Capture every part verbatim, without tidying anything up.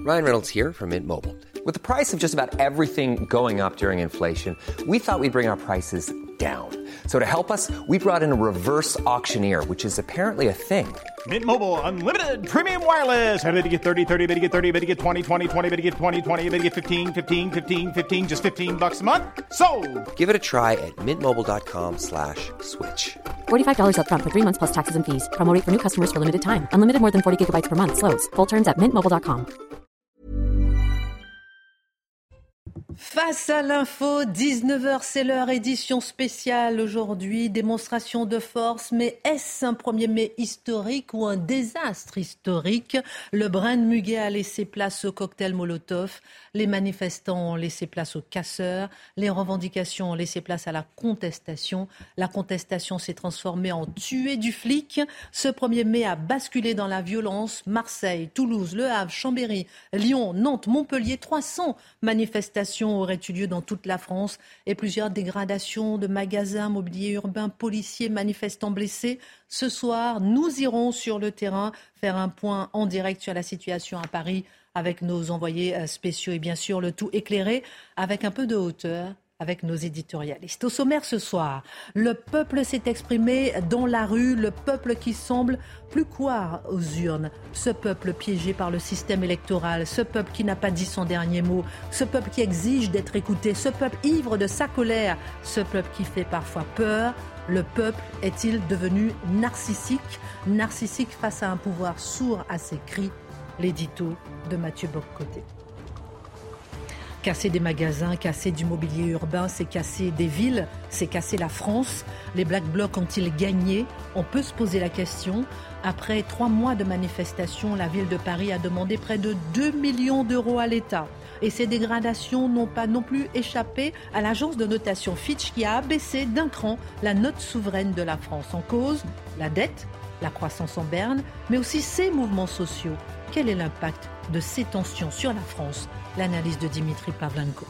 Ryan Reynolds here from Mint Mobile. With the price of just about everything going up during inflation, we thought we'd bring our prices down. So to help us, we brought in a reverse auctioneer, which is apparently a thing. Mint Mobile Unlimited Premium Wireless. How to get thirty, thirty, how to get thirty, how to get twenty, twenty, twenty, how to get twenty, twenty, how to get fifteen, fifteen, fifteen, fifteen, just fifteen bucks a month? Sold! Give it a try at mintmobile.com slash switch. forty-five dollars up front for three months plus taxes and fees. Promo rate for new customers for limited time. Unlimited more than forty gigabytes per month. Slows full terms at mint mobile dot com. Face à l'info, dix-neuf heures, c'est l'heure, édition spéciale aujourd'hui, démonstration de force, mais est-ce un premier mai historique ou un désastre historique ? Le brin de muguet a laissé place au cocktail Molotov, les manifestants ont laissé place aux casseurs, les revendications ont laissé place à la contestation, la contestation s'est transformée en tuée du flic, ce premier mai a basculé dans la violence, Marseille, Toulouse, Le Havre, Chambéry, Lyon, Nantes, Montpellier, trois cents manifestations auraient eu lieu dans toute la France et plusieurs dégradations de magasins, mobilier urbain, policiers, manifestants blessés. Ce soir, nous irons sur le terrain faire un point en direct sur la situation à Paris avec nos envoyés spéciaux et bien sûr le tout éclairé avec un peu de hauteur avec nos éditorialistes. Au sommaire ce soir, le peuple s'est exprimé dans la rue, le peuple qui semble plus croire aux urnes, ce peuple piégé par le système électoral, ce peuple qui n'a pas dit son dernier mot, ce peuple qui exige d'être écouté, ce peuple ivre de sa colère, ce peuple qui fait parfois peur. Le peuple est-il devenu narcissique, narcissique face à un pouvoir sourd à ses cris? L'édito de Mathieu Boccoté. Casser des magasins, casser du mobilier urbain, c'est casser des villes, c'est casser la France. Les Black Blocs ont-ils gagné ? On peut se poser la question. Après trois mois de manifestations, la ville de Paris a demandé près de deux millions d'euros à l'État. Et ces dégradations n'ont pas non plus échappé à l'agence de notation Fitch qui a abaissé d'un cran la note souveraine de la France. En cause, la dette, la croissance en berne, mais aussi ces mouvements sociaux. Quel est l'impact de ces tensions sur la France ? L'analyse de Dimitri Pavlenko.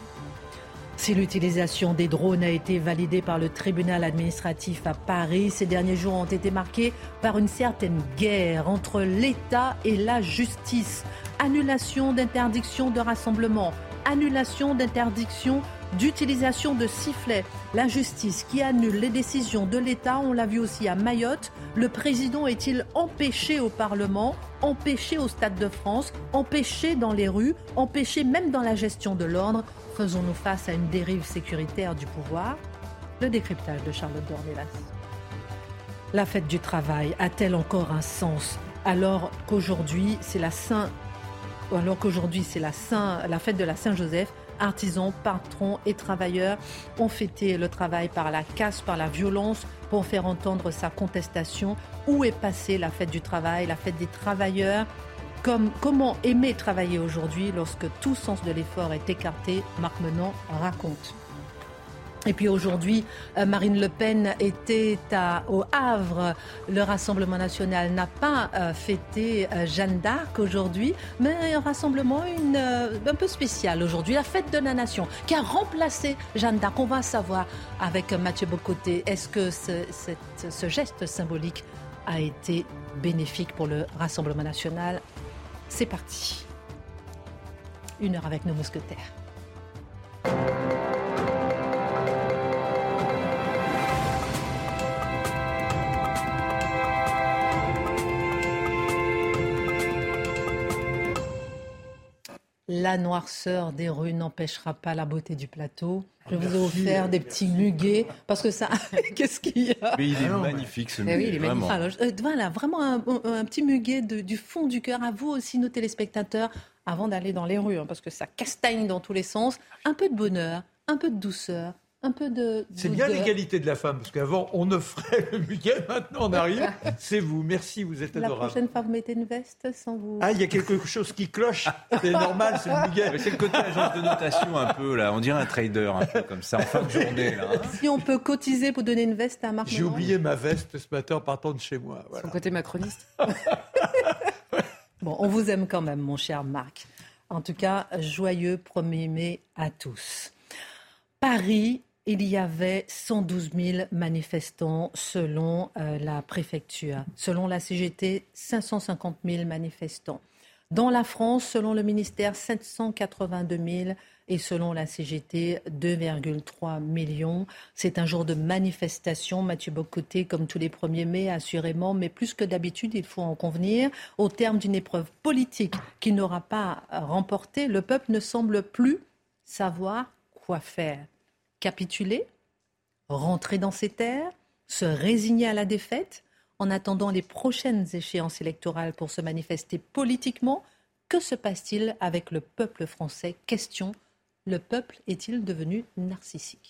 Si l'utilisation des drones a été validée par le tribunal administratif à Paris, ces derniers jours ont été marqués par une certaine guerre entre l'État et la justice. Annulation d'interdiction de rassemblement, annulation d'interdiction d'utilisation de sifflets. La justice qui annule les décisions de l'État, on l'a vu aussi à Mayotte. Le président est-il empêché au Parlement, empêché au Stade de France, empêché dans les rues, empêché même dans la gestion de l'ordre? Faisons-nous face à une dérive sécuritaire du pouvoir? Le décryptage de Charlotte Dornelas. La fête du travail a-t-elle encore un sens alors qu'aujourd'hui c'est la Saint, alors qu'aujourd'hui c'est la Saint, la fête de la Saint-Joseph? Artisans, patrons et travailleurs ont fêté le travail par la casse, par la violence, pour faire entendre sa contestation. Où est passée la fête du travail, la fête des travailleurs? Comme, comment aimer travailler aujourd'hui lorsque tout sens de l'effort est écarté? Marc Menant raconte. Et puis aujourd'hui, Marine Le Pen était à, au Havre. Le Rassemblement national n'a pas euh, fêté euh, Jeanne d'Arc aujourd'hui, mais un rassemblement une, euh, un peu spécial aujourd'hui, la fête de la nation, qui a remplacé Jeanne d'Arc. On va savoir avec Mathieu Boccoté, est-ce que ce, cette, ce geste symbolique a été bénéfique pour le Rassemblement national? C'est parti. Une heure avec nos mousquetaires. La noirceur des rues n'empêchera pas la beauté du plateau. Je vous ai offert des petits muguets parce que ça. Qu'est-ce qu'il y a? Mais il est magnifique ce muguet. Oui, il est vraiment. magnifique. Alors, euh, voilà, vraiment un, un petit muguet de, du fond du cœur à vous aussi, nos téléspectateurs, avant d'aller dans les rues, hein, parce que ça castagne dans tous les sens. Un peu de bonheur, un peu de douceur. Un peu de, c'est bien l'égalité de la femme, parce qu'avant, on offrait le muguet, maintenant on arrive. C'est vous, merci, vous êtes adorable. La prochaine fois, vous mettez une veste sans vous... Ah, il y a quelque chose qui cloche, c'est normal, c'est le muguet. Mais c'est le côté agence de notation un peu, là. On dirait un trader, un peu comme ça, en fin de journée. Là. Si on peut cotiser pour donner une veste à Marc J'ai Menant. oublié ma veste ce matin en partant de chez moi. Voilà. Son côté macroniste. Bon, on vous aime quand même, mon cher Marc. En tout cas, joyeux premier mai à tous. Paris... Il y avait cent douze mille manifestants selon euh, la préfecture. Selon la C G T, cinq cent cinquante mille manifestants. Dans la France, selon le ministère, sept cent quatre-vingt-deux mille et selon la C G T, deux virgule trois millions. C'est un jour de manifestation, Mathieu Bock-Côté, comme tous les premiers mai, assurément, mais plus que d'habitude, il faut en convenir. Au terme d'une épreuve politique qui n'aura pas remporté, le peuple ne semble plus savoir quoi faire. Capituler ? Rentrer dans ses terres ? Se résigner à la défaite ? En attendant les prochaines échéances électorales pour se manifester politiquement, que se passe-t-il avec le peuple français ? Question, le peuple est-il devenu narcissique ?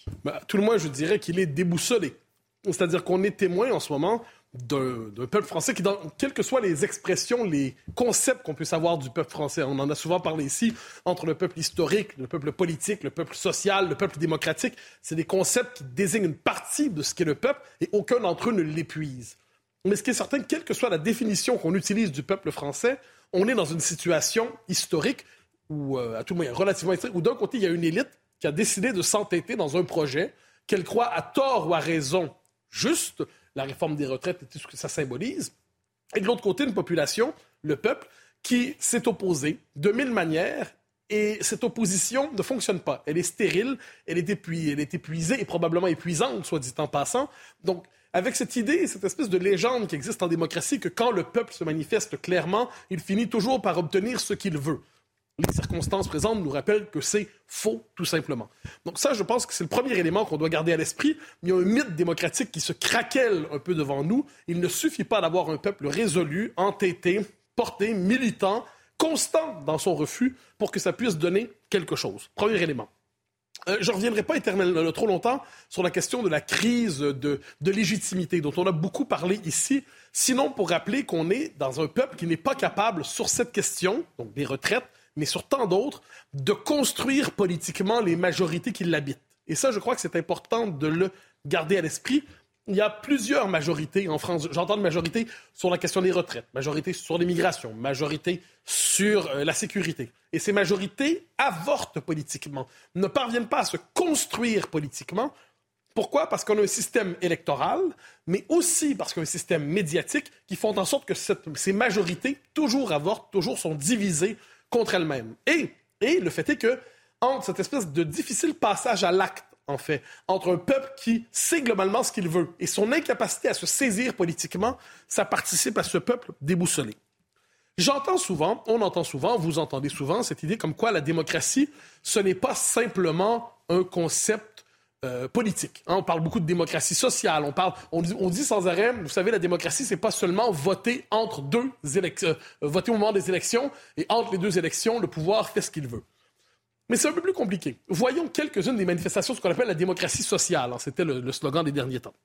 Bah, tout le moins, je dirais qu'il est déboussolé. C'est-à-dire qu'on est témoin en ce moment d'un, d'un peuple français qui, dans quelles que soient les expressions, les concepts qu'on peut savoir du peuple français, on en a souvent parlé ici, entre le peuple historique, le peuple politique, le peuple social, le peuple démocratique, c'est des concepts qui désignent une partie de ce qu'est le peuple et aucun d'entre eux ne l'épuise. Mais ce qui est certain, quelle que soit la définition qu'on utilise du peuple français, on est dans une situation historique, ou euh, à tout le moins relativement historique, où d'un côté, il y a une élite qui a décidé de s'entêter dans un projet qu'elle croit à tort ou à raison juste, la réforme des retraites et tout ce que ça symbolise, et de l'autre côté, une population, le peuple, qui s'est opposée de mille manières, et cette opposition ne fonctionne pas. Elle est stérile, elle est, épui- elle est épuisée et probablement épuisante, soit dit en passant. Donc, avec cette idée, cette espèce de légende qui existe en démocratie, que quand le peuple se manifeste clairement, il finit toujours par obtenir ce qu'il veut. Les circonstances présentes nous rappellent que c'est faux, tout simplement. Donc ça, je pense que c'est le premier élément qu'on doit garder à l'esprit. Il y a un mythe démocratique qui se craquelle un peu devant nous. Il ne suffit pas d'avoir un peuple résolu, entêté, porté, militant, constant dans son refus pour que ça puisse donner quelque chose. Premier élément. Euh, je ne reviendrai pas éternellement trop longtemps sur la question de la crise de, de légitimité dont on a beaucoup parlé ici, sinon pour rappeler qu'on est dans un peuple qui n'est pas capable, sur cette question, donc des retraites, mais sur tant d'autres, de construire politiquement les majorités qui l'habitent. Et ça, je crois que c'est important de le garder à l'esprit. Il y a plusieurs majorités en France. J'entends de majorité sur la question des retraites, majorité sur l'immigration, majorité sur euh, la sécurité. Et ces majorités avortent politiquement, ne parviennent pas à se construire politiquement. Pourquoi? Parce qu'on a un système électoral, mais aussi parce qu'on a un système médiatique qui font en sorte que cette, ces majorités toujours avortent, toujours sont divisées contre elles-mêmes. Et, et le fait est que, entre cette espèce de difficile passage à l'acte, en fait, entre un peuple qui sait globalement ce qu'il veut et son incapacité à se saisir politiquement, ça participe à ce peuple déboussolé. J'entends souvent, on entend souvent, vous entendez souvent cette idée comme quoi la démocratie, ce n'est pas simplement un concept euh, politique. Hein, on parle beaucoup de démocratie sociale, on, parle, on, dit, on dit sans arrêt, vous savez, la démocratie, c'est pas seulement voter entre deux élections, euh, voter au moment des élections, et entre les deux élections, le pouvoir fait ce qu'il veut. Mais c'est un peu plus compliqué. Voyons quelques-unes des manifestations de ce qu'on appelle la démocratie sociale. C'était le, le slogan des derniers temps.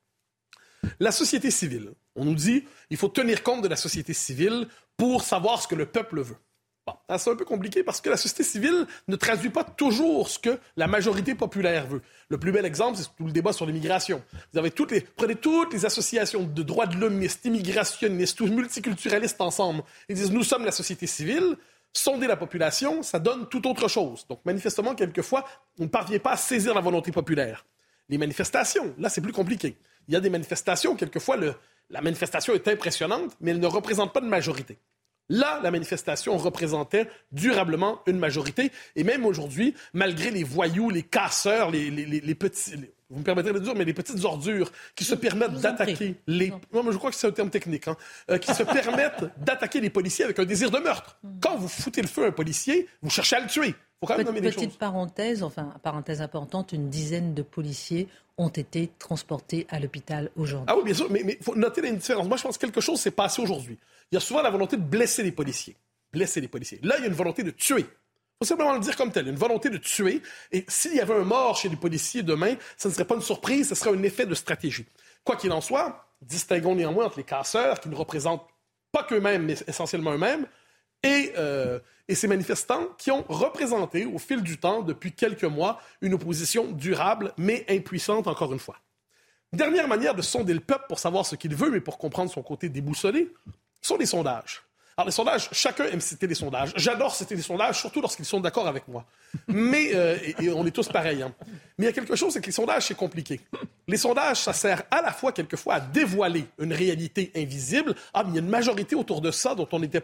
La société civile. On nous dit qu'il faut tenir compte de la société civile pour savoir ce que le peuple veut. Bon, c'est un peu compliqué parce que la société civile ne traduit pas toujours ce que la majorité populaire veut. Le plus bel exemple, c'est tout le débat sur l'immigration. Vous avez toutes les, prenez toutes les associations de droits de l'hommistes, immigrationnistes ou multiculturalistes ensemble. Ils disent « nous sommes la société civile ». Sonder la population, ça donne tout autre chose. Donc, manifestement, quelquefois, on ne parvient pas à saisir la volonté populaire. Les manifestations, là, c'est plus compliqué. Il y a des manifestations, quelquefois, le, la manifestation est impressionnante, mais elle ne représente pas de majorité. Là, la manifestation représentait durablement une majorité. Et même aujourd'hui, malgré les voyous, les casseurs, les, les, les, les petits... Les, vous me permettrez de le dire, mais les petites ordures qui se permettent d'attaquer les... Non, mais je crois que c'est un terme technique. Hein, euh, qui se permettent d'attaquer les policiers avec un désir de meurtre. Quand vous foutez le feu à un policier, vous cherchez à le tuer. Faut quand même nommer des choses. Petite parenthèse, enfin, parenthèse importante, une dizaine de policiers ont été transportés à l'hôpital aujourd'hui. Ah oui, bien sûr, mais il faut noter la différence. Moi, je pense que quelque chose s'est passé aujourd'hui. Il y a souvent la volonté de blesser les policiers. Blesser les policiers. Là, il y a une volonté de tuer. Il faut simplement le dire comme tel, une volonté de tuer. Et s'il y avait un mort chez les policiers demain, ce ne serait pas une surprise, ce serait un effet de stratégie. Quoi qu'il en soit, distinguons néanmoins entre les casseurs, qui ne représentent pas qu'eux-mêmes, mais essentiellement eux-mêmes, et, euh, et ces manifestants qui ont représenté, au fil du temps, depuis quelques mois, une opposition durable, mais impuissante, encore une fois. Dernière manière de sonder le peuple pour savoir ce qu'il veut, mais pour comprendre son côté déboussolé, sont les sondages. Alors, les sondages, chacun aime citer les sondages. J'adore citer les sondages, surtout lorsqu'ils sont d'accord avec moi. Mais, euh, et, et on est tous pareils. Hein. Mais il y a quelque chose, c'est que les sondages, c'est compliqué. Les sondages, ça sert à la fois, quelquefois, à dévoiler une réalité invisible. Ah, mais il y a une majorité autour de ça dont on n'était pas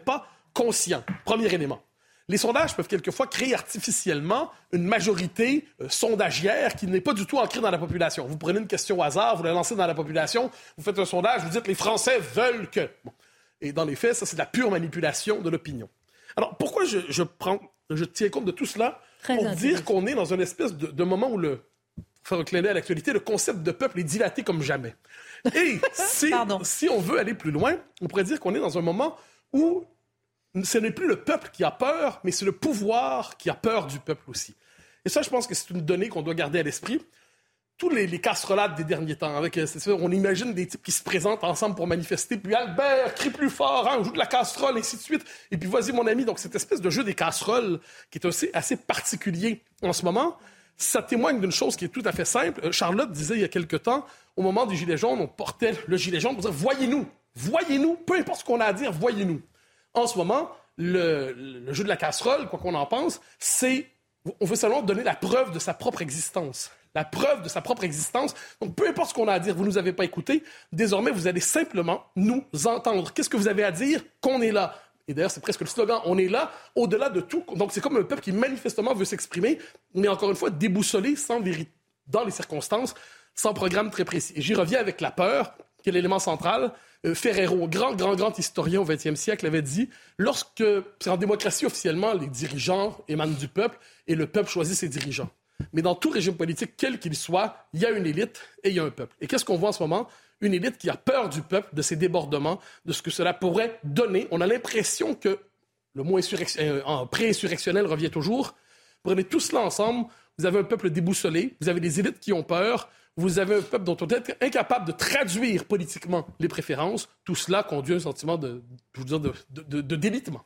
conscient. Premier élément. Les sondages peuvent quelquefois créer artificiellement une majorité euh, sondagière qui n'est pas du tout ancrée dans la population. Vous prenez une question au hasard, vous la lancez dans la population, vous faites un sondage, vous dites « les Français veulent que... Bon. » Et dans les faits, ça, c'est de la pure manipulation de l'opinion. Alors, pourquoi je, je, prends, je tiens compte de tout cela? Très Pour dire qu'on est dans une espèce de, de moment où, le, pour faire un clin d'œil à l'actualité, le concept de peuple est dilaté comme jamais. Et si, si on veut aller plus loin, on pourrait dire qu'on est dans un moment où ce n'est plus le peuple qui a peur, mais c'est le pouvoir qui a peur du peuple aussi. Et ça, je pense que c'est une donnée qu'on doit garder à l'esprit. Tous les, les casserolades des derniers temps, avec, c'est sûr, on imagine des types qui se présentent ensemble pour manifester, puis Albert crie plus fort, hein, on joue de la casserole, et ainsi de suite, et puis vas-y mon ami. Donc cette espèce de jeu des casseroles qui est aussi assez particulier en ce moment, ça témoigne d'une chose qui est tout à fait simple. Charlotte disait il y a quelque temps, au moment du gilet jaune, on portait le gilet jaune pour dire « voyez-nous, voyez-nous, peu importe ce qu'on a à dire, voyez-nous ». En ce moment, le, le jeu de la casserole, quoi qu'on en pense, c'est, on veut seulement donner la preuve de sa propre existence. La preuve de sa propre existence. Donc, peu importe ce qu'on a à dire, vous ne nous avez pas écoutés, désormais, vous allez simplement nous entendre. Qu'est-ce que vous avez à dire? Qu'on est là. Et d'ailleurs, c'est presque le slogan, on est là, au-delà de tout. Donc, c'est comme un peuple qui manifestement veut s'exprimer, mais encore une fois, déboussolé, sans vérité, dans les circonstances, sans programme très précis. Et j'y reviens avec la peur, qui est l'élément central. Euh, Ferrero, grand, grand, grand historien au vingtième siècle, avait dit, lorsque, c'est en démocratie officiellement, les dirigeants émanent du peuple et le peuple choisit ses dirigeants. Mais dans tout régime politique, quel qu'il soit, il y a une élite et il y a un peuple. Et qu'est-ce qu'on voit en ce moment? Une élite qui a peur du peuple, de ses débordements, de ce que cela pourrait donner. On a l'impression que le mot insurrection, euh, pré-insurrectionnel revient toujours. Prenez tout cela ensemble, vous avez un peuple déboussolé, vous avez des élites qui ont peur, vous avez un peuple dont on est incapable de traduire politiquement les préférences. Tout cela conduit à un sentiment de, je veux dire, de, de, de, de délitement.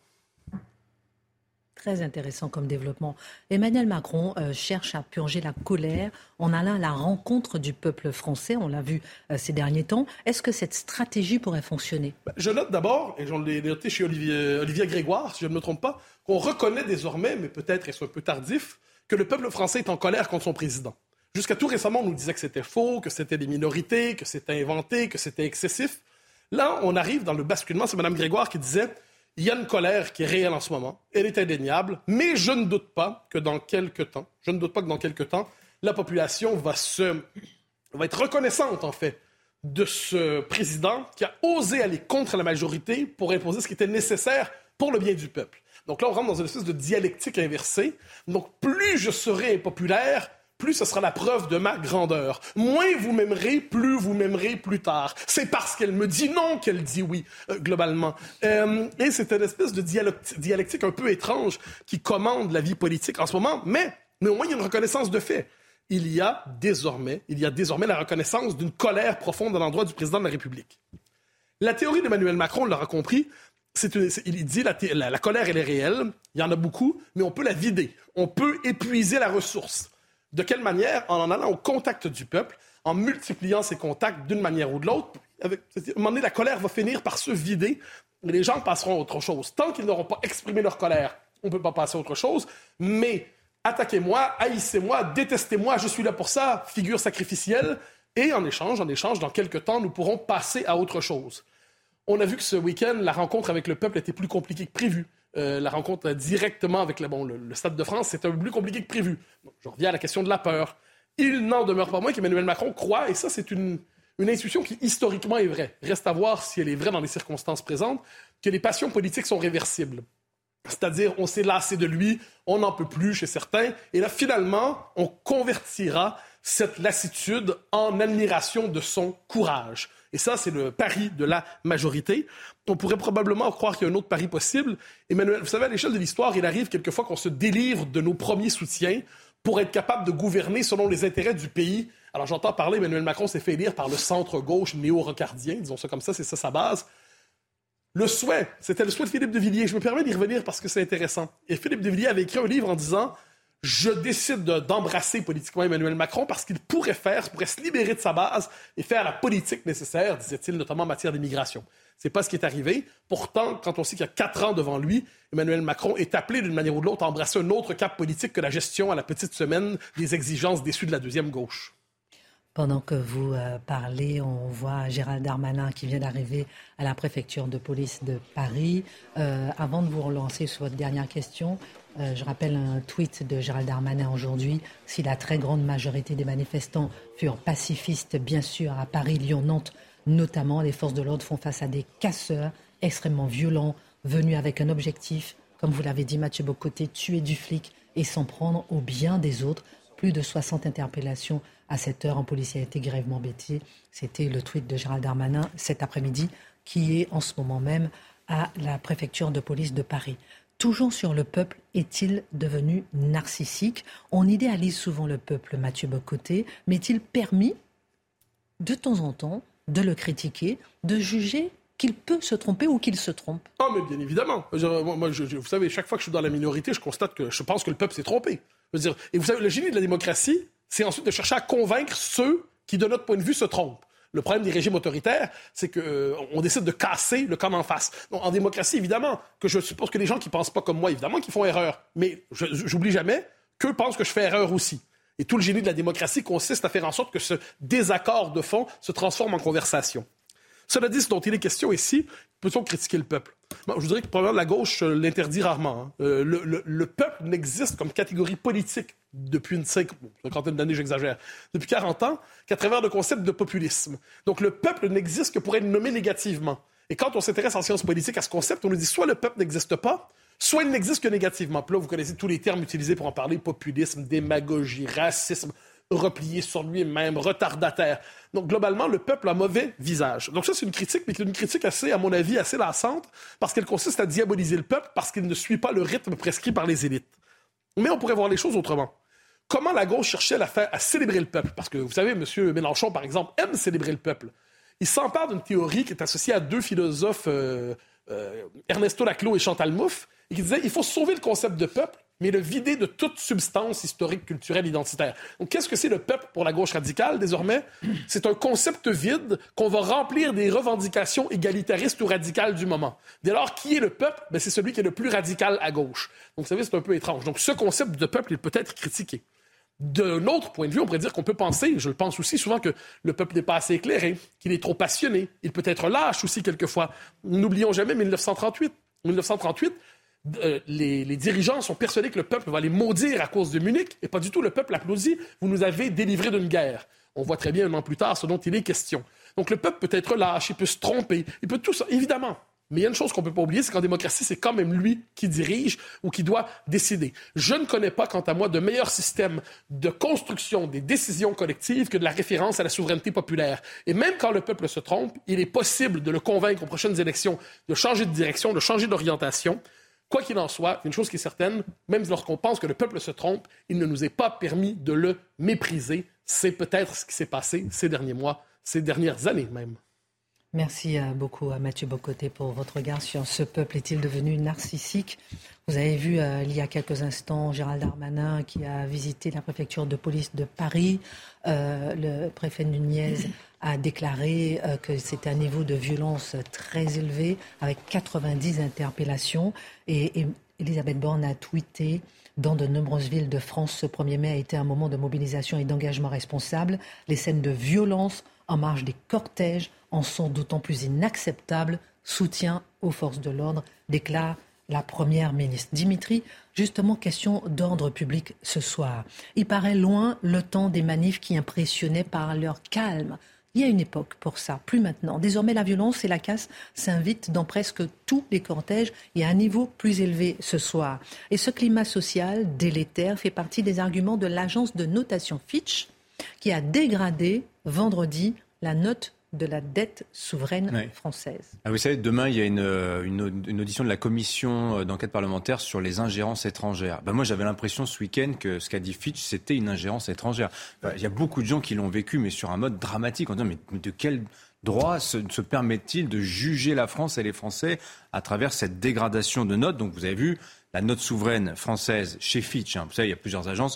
Très intéressant comme développement. Emmanuel Macron euh, cherche à purger la colère en allant à la rencontre du peuple français. On l'a vu euh, ces derniers temps. Est-ce que cette stratégie pourrait fonctionner? Je note d'abord, et j'en l'ai noté chez Olivier, Olivier Grégoire, si je ne me trompe pas, qu'on reconnaît désormais, mais peut-être est-ce un peu tardif, que le peuple français est en colère contre son président. Jusqu'à tout récemment, on nous disait que c'était faux, que c'était des minorités, que c'était inventé, que c'était excessif. Là, on arrive dans le basculement. C'est Mme Grégoire qui disait... Il y a une colère qui est réelle en ce moment. Elle est indéniable. Mais je ne doute pas que dans quelques temps, je ne doute pas que dans quelques temps, la population va se, va être reconnaissante, en fait, de ce président qui a osé aller contre la majorité pour imposer ce qui était nécessaire pour le bien du peuple. Donc là, on rentre dans une espèce de dialectique inversée. Donc, plus je serai impopulaire, plus ce sera la preuve de ma grandeur. Moins vous m'aimerez, plus vous m'aimerez plus tard. C'est parce qu'elle me dit non qu'elle dit oui, euh, globalement. Euh, et c'est une espèce de dialectique un peu étrange qui commande la vie politique en ce moment, mais néanmoins, il y a une reconnaissance de fait. Il y a désormais, il y a désormais la reconnaissance d'une colère profonde à l'endroit du président de la République. La théorie d'Emmanuel Macron, on l'aura compris, c'est une, c'est, il dit la, la, la colère, elle est réelle, il y en a beaucoup, mais on peut la vider. On peut épuiser la ressource. De quelle manière? En en allant au contact du peuple, en multipliant ces contacts d'une manière ou de l'autre. Avec, à un moment donné, la colère va finir par se vider et les gens passeront à autre chose. Tant qu'ils n'auront pas exprimé leur colère, on ne peut pas passer à autre chose. Mais attaquez-moi, haïssez-moi, détestez-moi, je suis là pour ça, figure sacrificielle. Et en échange, en échange, dans quelques temps, nous pourrons passer à autre chose. On a vu que ce week-end, la rencontre avec le peuple était plus compliquée que prévu. Euh, la rencontre directement avec le, bon, le, le Stade de France, c'est un peu plus compliqué que prévu. Donc, je reviens à la question de la peur. Il n'en demeure pas moins qu'Emmanuel Macron croit, et ça, c'est une, une intuition qui historiquement est vraie. Reste à voir si elle est vraie dans les circonstances présentes, que les passions politiques sont réversibles. C'est-à-dire, on s'est lassé de lui, on n'en peut plus chez certains, et là, finalement, on convertira cette lassitude en admiration de son courage. Et ça, c'est le pari de la majorité. On pourrait probablement croire qu'il y a un autre pari possible. Emmanuel, vous savez, à l'échelle de l'histoire, il arrive quelquefois qu'on se délivre de nos premiers soutiens pour être capable de gouverner selon les intérêts du pays. Alors, j'entends parler, Emmanuel Macron s'est fait élire par le centre-gauche néo-rocardien, disons ça comme ça, c'est ça sa base. Le souhait, c'était le souhait de Philippe de Villiers. Je me permets d'y revenir parce que c'est intéressant. Et Philippe de Villiers avait écrit un livre en disant... Je décide de, d'embrasser politiquement Emmanuel Macron parce qu'il pourrait faire, pourrait se libérer de sa base et faire la politique nécessaire, disait-il, notamment en matière d'immigration. C'est pas ce qui est arrivé. Pourtant, quand on sait qu'il y a quatre ans devant lui, Emmanuel Macron est appelé d'une manière ou de l'autre à embrasser un autre cap politique que la gestion à la petite semaine des exigences déçues de la deuxième gauche. Pendant que vous euh, parlez, on voit Gérald Darmanin qui vient d'arriver à la préfecture de police de Paris. Euh, avant de vous relancer sur votre dernière question, euh, je rappelle un tweet de Gérald Darmanin aujourd'hui. Si la très grande majorité des manifestants furent pacifistes, bien sûr, à Paris, Lyon, Nantes notamment, les forces de l'ordre font face à des casseurs extrêmement violents, venus avec un objectif, comme vous l'avez dit Mathieu Bocoté, tuer du flic et s'en prendre au bien des autres. Plus de soixante interpellations à cette heure. Un policier a été grièvement blessé. C'était le tweet de Gérald Darmanin cet après-midi, qui est en ce moment même à la préfecture de police de Paris. Toujours sur le peuple, est-il devenu narcissique ? On idéalise souvent le peuple, Mathieu Bocoté, mais est-il permis, de temps en temps, de le critiquer, de juger qu'il peut se tromper ou qu'il se trompe ? Ah, mais bien évidemment. Je, moi, je, vous savez, chaque fois que je suis dans la minorité, je constate que je pense que le peuple s'est trompé. Je veux dire, et vous savez, le génie de la démocratie, c'est ensuite de chercher à convaincre ceux qui, de notre point de vue, se trompent. Le problème des régimes autoritaires, c'est qu'on euh, décide de casser le camp en face. Donc, en démocratie, évidemment, que je suppose que les gens qui ne pensent pas comme moi, évidemment, qui font erreur. Mais je, j'oublie jamais qu'eux pensent que je fais erreur aussi. Et tout le génie de la démocratie consiste à faire en sorte que ce désaccord de fond se transforme en conversation. Cela dit, ce dont il est question ici, peut-on critiquer le peuple? Bon, je dirais que probablement la gauche euh, l'interdit rarement. Hein. Euh, le, le, le peuple n'existe comme catégorie politique depuis une cinquantaine d'années, j'exagère, depuis quarante ans, qu'à travers le concept de populisme. Donc le peuple n'existe que pour être nommé négativement. Et quand on s'intéresse en sciences politiques à ce concept, on nous dit soit le peuple n'existe pas, soit il n'existe que négativement. Puis là, vous connaissez tous les termes utilisés pour en parler, populisme, démagogie, racisme, replié sur lui-même, retardataire. Donc, globalement, le peuple a mauvais visage. Donc ça, c'est une critique, mais une critique assez, à mon avis, assez lassante, parce qu'elle consiste à diaboliser le peuple parce qu'il ne suit pas le rythme prescrit par les élites. Mais on pourrait voir les choses autrement. Comment la gauche cherchait à, faire, à célébrer le peuple? Parce que, vous savez, M. Mélenchon, par exemple, aime célébrer le peuple. Il s'empare d'une théorie qui est associée à deux philosophes, euh, euh, Ernesto Laclos et Chantal Mouffe, et qui disaient il faut sauver le concept de peuple, mais le vider de toute substance historique, culturelle, identitaire. Donc, qu'est-ce que c'est le peuple pour la gauche radicale, désormais? C'est un concept vide qu'on va remplir des revendications égalitaristes ou radicales du moment. Dès lors, qui est le peuple? Ben, c'est celui qui est le plus radical à gauche. Donc, vous savez, c'est un peu étrange. Donc, ce concept de peuple, il peut être critiqué. D'un autre point de vue, on pourrait dire qu'on peut penser, je le pense aussi souvent, que le peuple n'est pas assez éclairé, qu'il est trop passionné. Il peut être lâche aussi, quelquefois. N'oublions jamais dix-neuf cent trente-huit. dix-neuf cent trente-huit, Euh, les, les dirigeants sont persuadés que le peuple va les maudire à cause de Munich, et pas du tout. Le peuple applaudit. Vous nous avez délivrés d'une guerre. On voit très bien un an plus tard ce dont il est question. Donc le peuple peut être lâche, il peut se tromper, il peut tout ça, évidemment. Mais il y a une chose qu'on ne peut pas oublier, c'est qu'en démocratie, c'est quand même lui qui dirige ou qui doit décider. Je ne connais pas, quant à moi, de meilleur système de construction des décisions collectives que de la référence à la souveraineté populaire. Et même quand le peuple se trompe, il est possible de le convaincre aux prochaines élections de changer de direction, de changer d'orientation. Quoi qu'il en soit, une chose qui est certaine, même lorsqu'on pense que le peuple se trompe, il ne nous est pas permis de le mépriser. C'est peut-être ce qui s'est passé ces derniers mois, ces dernières années même. Merci beaucoup à Mathieu Bocoté pour votre regard sur ce peuple est-il devenu narcissique. Vous avez vu euh, il y a quelques instants Gérald Darmanin qui a visité la préfecture de police de Paris. Euh, le préfet Nunez a déclaré euh, que c'était un niveau de violence très élevé avec quatre-vingt-dix interpellations. Et, et Elisabeth Borne a tweeté « Dans de nombreuses villes de France, ce premier mai a été un moment de mobilisation et d'engagement responsable. Les scènes de violence en marge des cortèges en sont d'autant plus inacceptables. Soutien aux forces de l'ordre, déclare la Première ministre. » Dimitri, justement, question d'ordre public ce soir. Il paraît loin le temps des manifs qui impressionnaient par leur calme. Il y a une époque pour ça, plus maintenant. Désormais, la violence et la casse s'invitent dans presque tous les cortèges et à un niveau plus élevé ce soir. Et ce climat social délétère fait partie des arguments de l'agence de notation Fitch qui a dégradé vendredi la note de la dette souveraine oui. française. Ah, vous savez, demain, il y a une, une, une audition de la commission d'enquête parlementaire sur les ingérences étrangères. Ben moi, j'avais l'impression ce week-end que ce qu'a dit Fitch, c'était une ingérence étrangère. Ben, il y a beaucoup de gens qui l'ont vécu, mais sur un mode dramatique, en disant, mais de quel droit se, se permet-il de juger la France et les Français à travers cette dégradation de notes? Donc, vous avez vu, la note souveraine française chez Fitch, hein, vous savez, il y a plusieurs agences,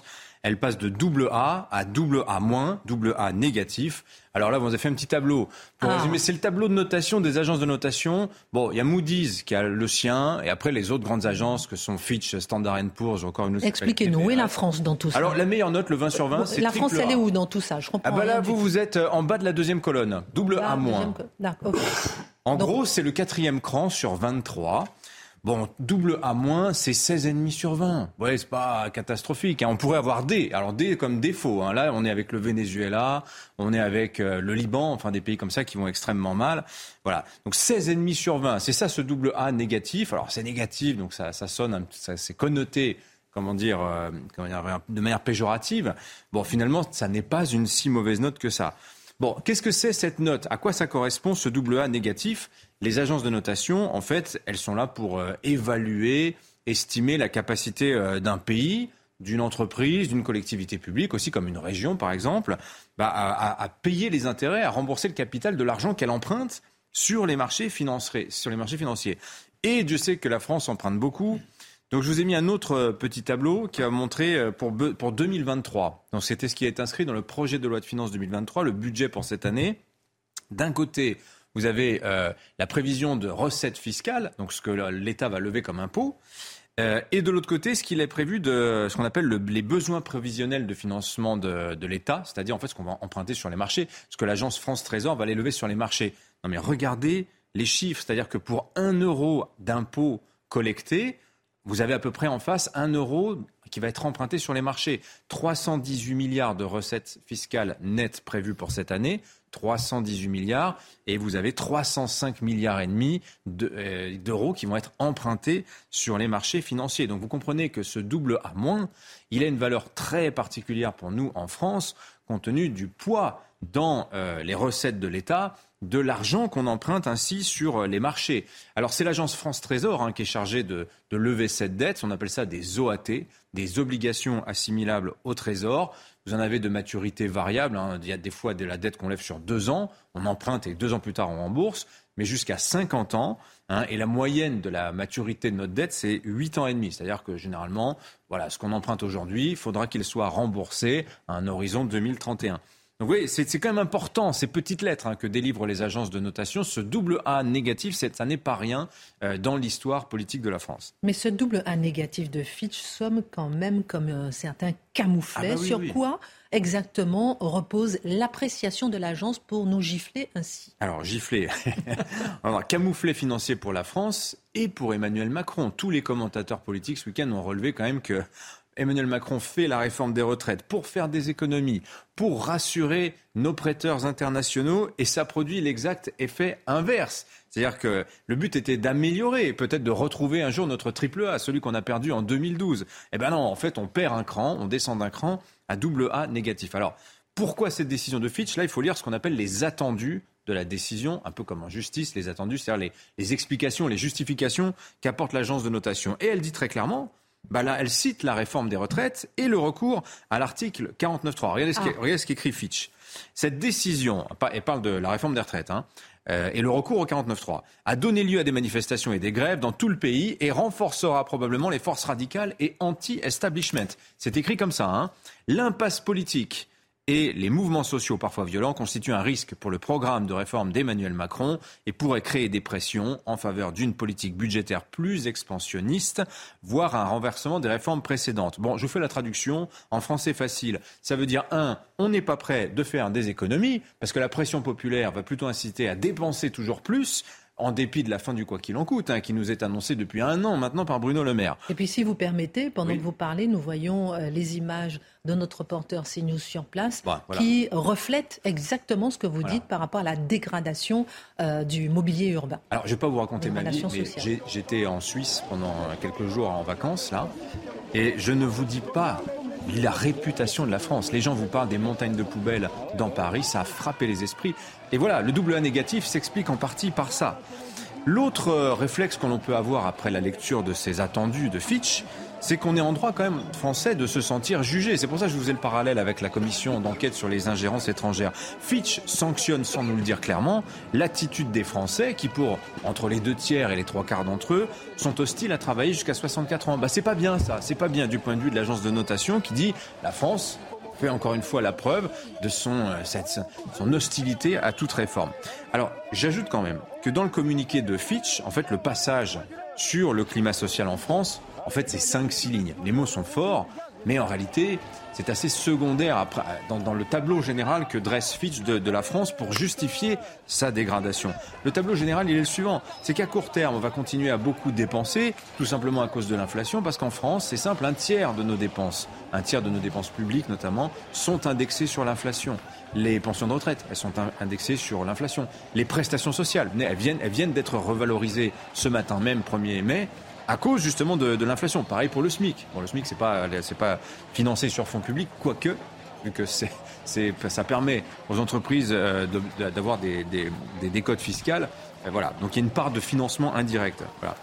elle passe de double A à double A moins, double A négatif. Alors là, vous avez fait un petit tableau. Pour ah. résumer, c'est le tableau de notation des agences de notation. Bon, il y a Moody's qui a le sien, et après les autres grandes agences que sont Fitch, Standard and Poor's, encore une autre. Expliquez-nous, où est la France dans tout ça? Alors la meilleure note, le vingt sur vingt, bon, c'est la France, triple A. elle est où dans tout ça? Je comprends. Ah bah là, vous, tout. vous êtes en bas de la deuxième colonne, double là, A moins. D'accord. Okay. En Donc, gros, c'est le quatrième cran sur vingt-trois. Bon, double A moins, c'est seize virgule cinq sur vingt. Ouais, c'est pas catastrophique. Hein. On pourrait avoir D. Alors D comme défaut. Hein. Là, on est avec le Venezuela, on est avec euh, le Liban, enfin des pays comme ça qui vont extrêmement mal. Voilà. Donc seize virgule cinq sur vingt. C'est ça ce double A négatif. Alors c'est négatif, donc ça, ça sonne, ça, c'est connoté. Comment dire, euh, comment dire, de manière péjorative. Bon, finalement, ça n'est pas une si mauvaise note que ça. Bon, qu'est-ce que c'est cette note? À quoi ça correspond ce double A négatif? Les agences de notation, en fait, elles sont là pour euh, évaluer, estimer la capacité euh, d'un pays, d'une entreprise, d'une collectivité publique, aussi comme une région par exemple, bah, à, à payer les intérêts, à rembourser le capital de l'argent qu'elle emprunte sur les marchés financiers. Sur les marchés financiers. Et Dieu sait que la France emprunte beaucoup. Donc je vous ai mis un autre petit tableau qui va montrer pour, pour deux mille vingt-trois. Donc c'était ce qui est inscrit dans le projet de loi de finances deux mille vingt-trois, le budget pour cette année. D'un côté, vous avez euh, la prévision de recettes fiscales, donc ce que l'État va lever comme impôt. Euh, et de l'autre côté, ce qu'il est prévu de ce qu'on appelle le, les besoins prévisionnels de financement de, de l'État, c'est-à-dire en fait ce qu'on va emprunter sur les marchés, ce que l'agence France Trésor va les lever sur les marchés. Non mais regardez les chiffres, c'est-à-dire que pour un euro d'impôt collecté, vous avez à peu près en face un euro qui va être emprunté sur les marchés. trois cent dix-huit milliards de recettes fiscales nettes prévues pour cette année. trois cent dix-huit milliards. Et vous avez trois cent cinq milliards et demi de, euh, d'euros qui vont être empruntés sur les marchés financiers. Donc vous comprenez que ce double A moins, il a une valeur très particulière pour nous en France, compte tenu du poids dans euh, les recettes de l'État, de l'argent qu'on emprunte ainsi sur les marchés. Alors c'est l'agence France Trésor hein, qui est chargée de, de lever cette dette, on appelle ça des O A T, des obligations assimilables au Trésor. Vous en avez de maturité variable, hein. Il y a des fois de la dette qu'on lève sur deux ans, on emprunte et deux ans plus tard on rembourse, mais jusqu'à cinquante ans. Hein, et la moyenne de la maturité de notre dette, c'est huit ans et demi. C'est-à-dire que généralement, voilà, ce qu'on emprunte aujourd'hui, il faudra qu'il soit remboursé à un horizon deux mille trente et un. Donc oui, c'est, c'est quand même important, ces petites lettres hein, que délivrent les agences de notation. Ce double A négatif, c'est, ça n'est pas rien euh, dans l'histoire politique de la France. Mais ce double A négatif de Fitch somme quand même comme euh, certains camouflets. Ah bah oui, Sur oui. quoi exactement repose l'appréciation de l'agence pour nous gifler ainsi? Alors gifler, alors, camouflet financier pour la France et pour Emmanuel Macron. Tous les commentateurs politiques ce week-end ont relevé quand même que Emmanuel Macron fait la réforme des retraites pour faire des économies, pour rassurer nos prêteurs internationaux, et ça produit l'exact effet inverse. C'est-à-dire que le but était d'améliorer, peut-être de retrouver un jour notre triple A, celui qu'on a perdu en deux mille douze. Eh bien non, en fait, on perd un cran, on descend d'un cran à double A négatif. Alors, pourquoi cette décision de Fitch? Là, il faut lire ce qu'on appelle les attendus de la décision, un peu comme en justice, les attendus, c'est-à-dire les, les explications, les justifications qu'apporte l'agence de notation. Et elle dit très clairement... Bah là, elle cite la réforme des retraites et le recours à l'article quarante-neuf point trois. Regardez, ah. regardez ce qu'écrit Fitch. Cette décision, elle parle de la réforme des retraites, hein, euh, et le recours au quarante-neuf point trois a donné lieu à des manifestations et des grèves dans tout le pays et renforcera probablement les forces radicales et anti-establishment. C'est écrit comme ça. Hein. L'impasse politique et les mouvements sociaux parfois violents constituent un risque pour le programme de réforme d'Emmanuel Macron et pourraient créer des pressions en faveur d'une politique budgétaire plus expansionniste, voire un renversement des réformes précédentes. Bon, je vous fais la traduction en français facile. Ça veut dire, un, on n'est pas prêt de faire des économies, parce que la pression populaire va plutôt inciter à dépenser toujours plus, en dépit de la fin du quoi qu'il en coûte, hein, qui nous est annoncé depuis un an maintenant par Bruno Le Maire. Et puis si vous permettez, pendant oui. que vous parlez, nous voyons euh, les images de notre reporter CNews sur place bah, voilà. qui reflètent exactement ce que vous voilà. dites par rapport à la dégradation euh, du mobilier urbain. Alors je ne vais pas vous raconter ma vie, mais j'ai, j'étais en Suisse pendant quelques jours en vacances là, et je ne vous dis pas la réputation de la France. Les gens vous parlent des montagnes de poubelles dans Paris, ça a frappé les esprits. Et voilà, le double A négatif s'explique en partie par ça. L'autre réflexe que l'on peut avoir après la lecture de ces attendus de Fitch, c'est qu'on est en droit quand même français de se sentir jugé. C'est pour ça que je vous ai le parallèle avec la commission d'enquête sur les ingérences étrangères. Fitch sanctionne, sans nous le dire clairement, l'attitude des Français qui, pour entre les deux tiers et les trois quarts d'entre eux, sont hostiles à travailler jusqu'à soixante-quatre ans. Bah, c'est pas bien ça, c'est pas bien du point de vue de l'agence de notation qui dit la France fait encore une fois la preuve de son, euh, cette, son hostilité à toute réforme. Alors, j'ajoute quand même que dans le communiqué de Fitch, en fait, le passage sur le climat social en France, en fait, c'est cinq six lignes. Les mots sont forts, mais en réalité, c'est assez secondaire après, dans, dans le tableau général que dresse Fitch de, de la France pour justifier sa dégradation. Le tableau général, il est le suivant. C'est qu'à court terme, on va continuer à beaucoup dépenser, tout simplement à cause de l'inflation, parce qu'en France, c'est simple, un tiers de nos dépenses, un tiers de nos dépenses publiques notamment, sont indexées sur l'inflation. Les pensions de retraite, elles sont indexées sur l'inflation. Les prestations sociales, elles viennent, elles viennent d'être revalorisées ce matin même, premier mai, à cause justement de, de l'inflation. Pareil pour le SMIC. Bon, le SMIC, c'est pas, c'est pas financé sur fonds publics, quoique, vu que c'est, c'est, ça permet aux entreprises euh, de, de, d'avoir des, des, des décotes fiscales. Euh, voilà. Donc il y a une part de financement indirect. Voilà.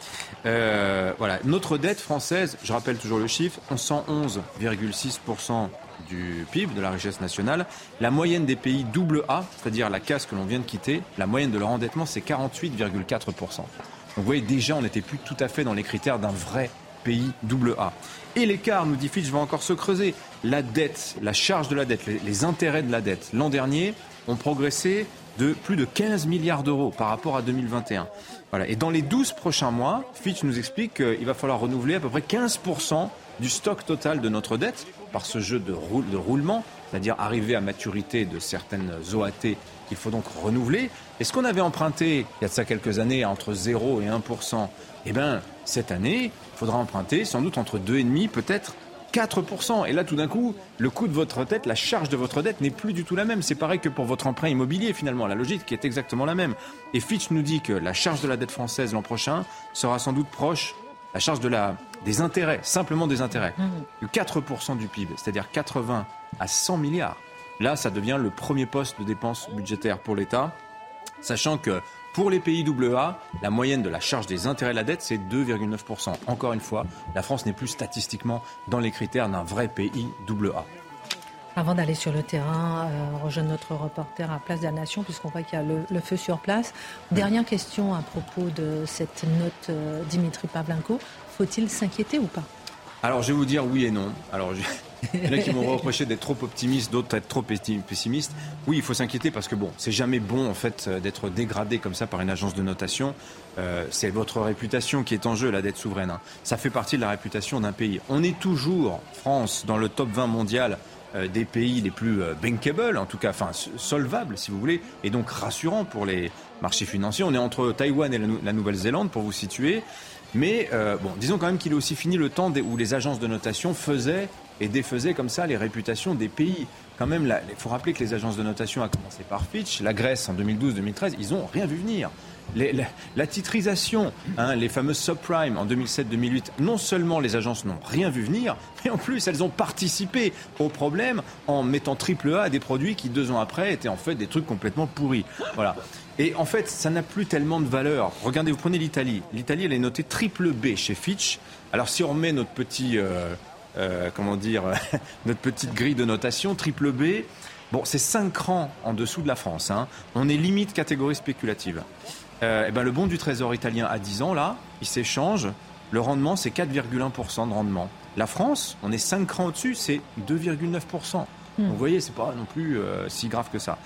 Euh, voilà. Notre dette française, je rappelle toujours le chiffre, cent onze virgule six pour cent du P I B, de la richesse nationale. La moyenne des pays double A, c'est-à-dire la case que l'on vient de quitter, la moyenne de leur endettement, c'est quarante-huit virgule quatre pour cent. Donc vous voyez, déjà, on n'était plus tout à fait dans les critères d'un vrai pays double A. Et l'écart, nous dit Fitch, va encore se creuser. La dette, la charge de la dette, les, les intérêts de la dette, l'an dernier, ont progressé de plus de quinze milliards d'euros par rapport à deux mille vingt et un. Voilà. Et dans les douze prochains mois, Fitch nous explique qu'il va falloir renouveler à peu près quinze pour cent du stock total de notre dette par ce jeu de, roule, de roulement, c'est-à-dire arriver à maturité de certaines O A T qu'il faut donc renouveler. Et ce qu'on avait emprunté il y a de ça quelques années entre zéro et un pour cent, eh bien, cette année, il faudra emprunter sans doute entre deux virgule cinq, peut-être quatre pour cent. Et là, tout d'un coup, le coût de votre dette, la charge de votre dette n'est plus du tout la même. C'est pareil que pour votre emprunt immobilier, finalement. La logique est exactement la même. Et Fitch nous dit que la charge de la dette française l'an prochain sera sans doute proche, la charge de la, des intérêts, simplement des intérêts, de quatre pour cent du P I B, c'est-à-dire quatre-vingts à cent milliards. Là, ça devient le premier poste de dépenses budgétaires pour l'État, sachant que pour les pays double A, la moyenne de la charge des intérêts de la dette, c'est deux virgule neuf pour cent. Encore une fois, la France n'est plus statistiquement dans les critères d'un vrai pays double A. Avant d'aller sur le terrain, euh, rejoindre notre reporter à Place de la Nation, puisqu'on voit qu'il y a le, le feu sur place. Dernière question à propos de cette note euh, Dimitri Pavlenko. Faut-il s'inquiéter ou pas ? Alors, je vais vous dire oui et non. Alors, je... il y en a qui m'ont reproché d'être trop optimiste, d'autres d'être trop pessimistes. Oui, il faut s'inquiéter parce que bon, c'est jamais bon en fait d'être dégradé comme ça par une agence de notation. Euh, c'est votre réputation qui est en jeu, la dette souveraine. Hein. Ça fait partie de la réputation d'un pays. On est toujours, France, dans le top vingt mondial euh, des pays les plus euh, bankable, en tout cas, enfin solvables si vous voulez, et donc rassurant pour les marchés financiers. On est entre Taïwan et la, la Nouvelle-Zélande pour vous situer. Mais euh, bon, disons quand même qu'il est aussi fini le temps où les agences de notation faisaient et défaisaient comme ça les réputations des pays. Quand même, il faut rappeler que les agences de notation, à commencer par Fitch, la Grèce en deux mille douze deux mille treize, ils n'ont rien vu venir. Les, la, la titrisation, hein, les fameuses subprimes en deux mille sept deux mille huit, non seulement les agences n'ont rien vu venir, mais en plus elles ont participé au problème en mettant triple A à des produits qui deux ans après étaient en fait des trucs complètement pourris. Voilà. Et en fait, ça n'a plus tellement de valeur. Regardez, vous prenez l'Italie. L'Italie, elle est notée triple B chez Fitch. Alors si on remet notre petit, euh, euh, comment dire, notre petite grille de notation, triple B, bon, c'est cinq rangs en dessous de la France. Hein. On est limite catégorie spéculative. Euh, et ben, le bon du Trésor italien à dix ans, là, il s'échange. Le rendement, c'est quatre virgule un pour cent de rendement. La France, on est cinq rangs au-dessus, c'est deux virgule neuf pour cent. Mmh. Donc, vous voyez, c'est pas non plus euh, si grave que ça.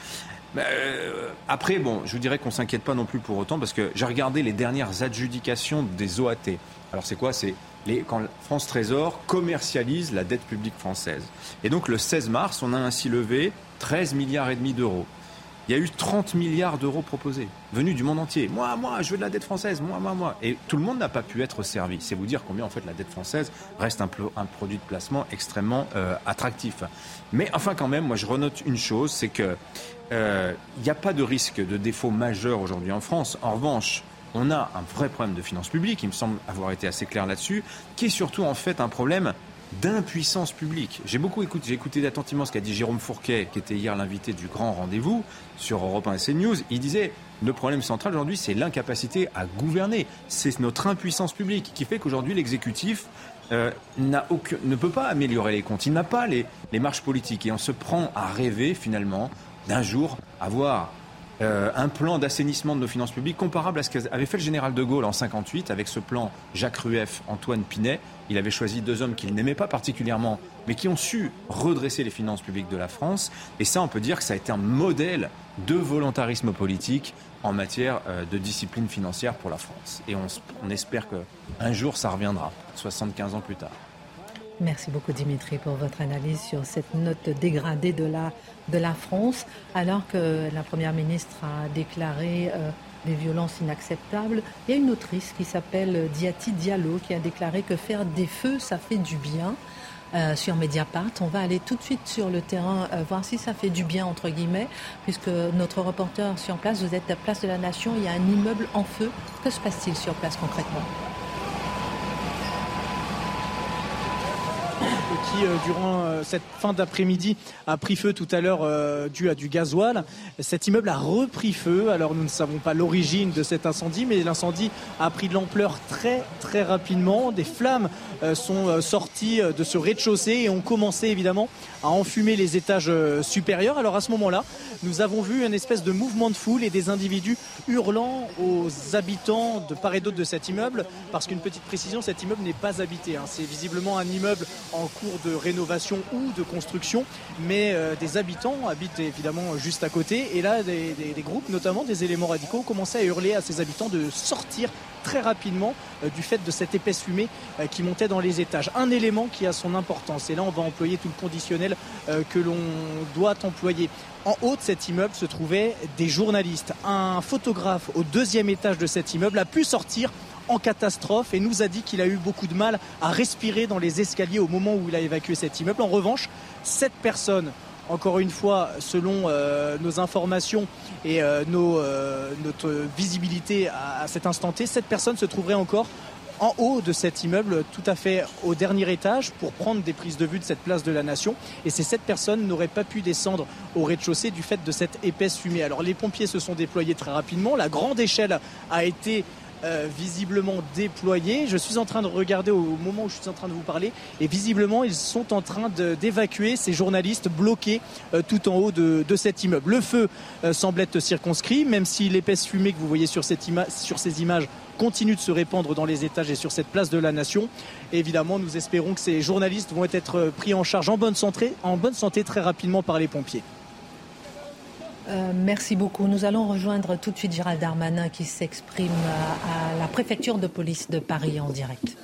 Euh, après, bon, je vous dirais qu'on ne s'inquiète pas non plus pour autant parce que j'ai regardé les dernières adjudications des O A T. Alors c'est quoi ? C'est les, quand France Trésor commercialise la dette publique française. Et donc le seize mars, on a ainsi levé treize milliards et demi d'euros. Il y a eu trente milliards d'euros proposés, venus du monde entier. Moi, moi, je veux de la dette française, moi, moi, moi. Et tout le monde n'a pas pu être servi. C'est vous dire combien, en fait, la dette française reste un, un produit de placement extrêmement euh, attractif. Mais enfin, quand même, moi, je renote une chose, c'est que il euh, n'y a pas de risque de défaut majeur aujourd'hui en France. En revanche, on a un vrai problème de finances publiques, il me semble avoir été assez clair là-dessus, qui est surtout, en fait, un problème d'impuissance publique. J'ai beaucoup écouté, j'ai écouté attentivement ce qu'a dit Jérôme Fourquet, qui était hier l'invité du grand rendez-vous sur Europe un et CNews. Il disait, le problème central aujourd'hui, c'est l'incapacité à gouverner. C'est notre impuissance publique qui fait qu'aujourd'hui, l'exécutif euh, n'a aucun, ne peut pas améliorer les comptes. Il n'a pas les, les marges politiques. Et on se prend à rêver, finalement, d'un jour, avoir euh, un plan d'assainissement de nos finances publiques comparable à ce qu'avait fait le général de Gaulle en cinquante-huit avec ce plan Jacques Rueff, Antoine Pinay. Il avait choisi deux hommes qu'il n'aimait pas particulièrement, mais qui ont su redresser les finances publiques de la France. Et ça, on peut dire que ça a été un modèle de volontarisme politique en matière de discipline financière pour la France. Et on, on espère qu'un jour, ça reviendra, soixante-quinze ans plus tard. Merci beaucoup Dimitri pour votre analyse sur cette note dégradée de la, de la France, alors que la Première ministre a déclaré euh, des violences inacceptables. Il y a une autrice qui s'appelle Diati Diallo qui a déclaré que faire des feux, ça fait du bien. Euh, sur Mediapart, on va aller tout de suite sur le terrain, euh, voir si ça fait du bien entre guillemets, puisque notre reporter sur place, vous êtes à Place de la Nation, il y a un immeuble en feu. Que se passe-t-il sur place concrètement ? Qui, euh, durant euh, cette fin d'après-midi, a pris feu tout à l'heure euh, dû à du gasoil. Cet immeuble a repris feu. Alors nous ne savons pas l'origine de cet incendie, mais l'incendie a pris de l'ampleur très très rapidement. Des flammes euh, sont euh, sorties de ce rez-de-chaussée et ont commencé évidemment à enfumer les étages euh, supérieurs. Alors à ce moment-là, nous avons vu une espèce de mouvement de foule et des individus hurlant aux habitants de part et d'autre de cet immeuble, parce qu'une petite précision, cet immeuble n'est pas habité, hein. C'est visiblement un immeuble en cours de rénovation ou de construction, mais euh, des habitants habitent évidemment juste à côté, et là des, des, des groupes, notamment des éléments radicaux, commençaient à hurler à ces habitants de sortir très rapidement euh, du fait de cette épaisse fumée euh, qui montait dans les étages. Un élément qui a son importance, et là on va employer tout le conditionnel euh, que l'on doit employer. En haut de cet immeuble se trouvaient des journalistes. Un photographe au deuxième étage de cet immeuble a pu sortir en catastrophe et nous a dit qu'il a eu beaucoup de mal à respirer dans les escaliers au moment où il a évacué cet immeuble. En revanche, sept personnes, encore une fois, selon euh, nos informations et euh, nos, euh, notre visibilité à, à cet instant T, sept personnes se trouveraient encore en haut de cet immeuble, tout à fait au dernier étage, pour prendre des prises de vue de cette place de la Nation. Et ces sept personnes n'auraient pas pu descendre au rez-de-chaussée du fait de cette épaisse fumée. Alors les pompiers se sont déployés très rapidement. La grande échelle a été Euh, visiblement déployés. Je suis en train de regarder au moment où je suis en train de vous parler et visiblement ils sont en train de, d'évacuer ces journalistes bloqués euh, tout en haut de, de cet immeuble. Le feu euh, semble être circonscrit, même si l'épaisse fumée que vous voyez sur, cette ima- sur ces images continue de se répandre dans les étages et sur cette place de la Nation. Et évidemment, nous espérons que ces journalistes vont être pris en charge en bonne santé, en bonne santé très rapidement par les pompiers. Euh, merci beaucoup. Nous allons rejoindre tout de suite Gérald Darmanin qui s'exprime à, à la préfecture de police de Paris en direct.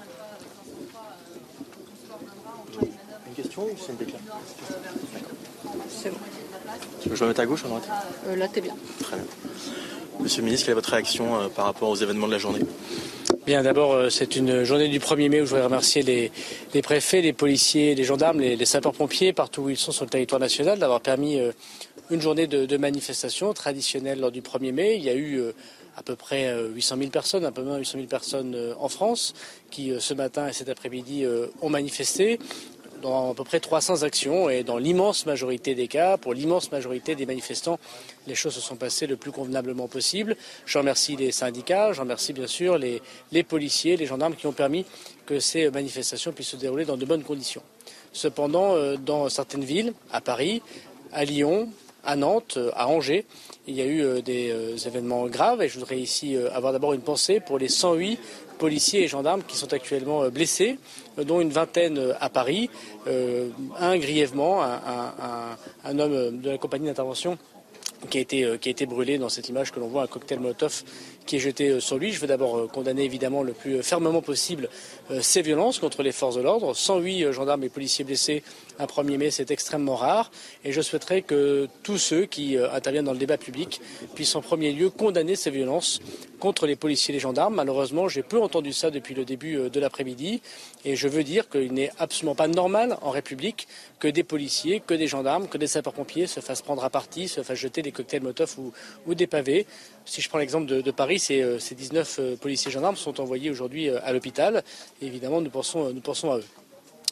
Une question ou c'est une déclaration ? C'est bon. Tu veux que je me mette à gauche ou à droite ? euh, Là, t'es bien. Très bien. Monsieur le ministre, quelle est votre réaction euh, par rapport aux événements de la journée ? Bien, d'abord, euh, c'est une journée du premier mai où je voudrais remercier les, les préfets, les policiers, les gendarmes, les, les sapeurs-pompiers, partout où ils sont sur le territoire national, d'avoir permis euh, une journée de, de manifestation traditionnelle lors du premier mai. Il y a eu euh, à peu près euh, huit cent mille personnes, un peu moins de huit cent mille personnes euh, en France, qui euh, ce matin et cet après-midi euh, ont manifesté dans à peu près trois cents actions, et dans l'immense majorité des cas, pour l'immense majorité des manifestants, les choses se sont passées le plus convenablement possible. Je remercie les syndicats, je remercie bien sûr les, les policiers, les gendarmes qui ont permis que ces manifestations puissent se dérouler dans de bonnes conditions. Cependant, dans certaines villes, à Paris, à Lyon, à Nantes, à Angers, il y a eu des événements graves, et je voudrais ici avoir d'abord une pensée pour les cent huit policiers et gendarmes qui sont actuellement blessés, dont une vingtaine à Paris, euh, un grièvement, un, un, un homme de la compagnie d'intervention qui a été, qui a été brûlé dans cette image que l'on voit, un cocktail Molotov qui est jeté sur lui. Je veux d'abord condamner évidemment le plus fermement possible ces violences contre les forces de l'ordre. cent huit gendarmes et policiers blessés un premier mai, c'est extrêmement rare, et je souhaiterais que tous ceux qui interviennent dans le débat public puissent en premier lieu condamner ces violences contre les policiers et les gendarmes. Malheureusement, j'ai peu entendu ça depuis le début de l'après-midi, et je veux dire qu'il n'est absolument pas normal en République que des policiers, que des gendarmes, que des sapeurs-pompiers se fassent prendre à partie, se fassent jeter des cocktails Molotov ou, ou des pavés. Si je prends l'exemple de, de Paris, ces, ces dix-neuf policiers et gendarmes sont envoyés aujourd'hui à l'hôpital, et évidemment nous pensons, nous pensons à eux.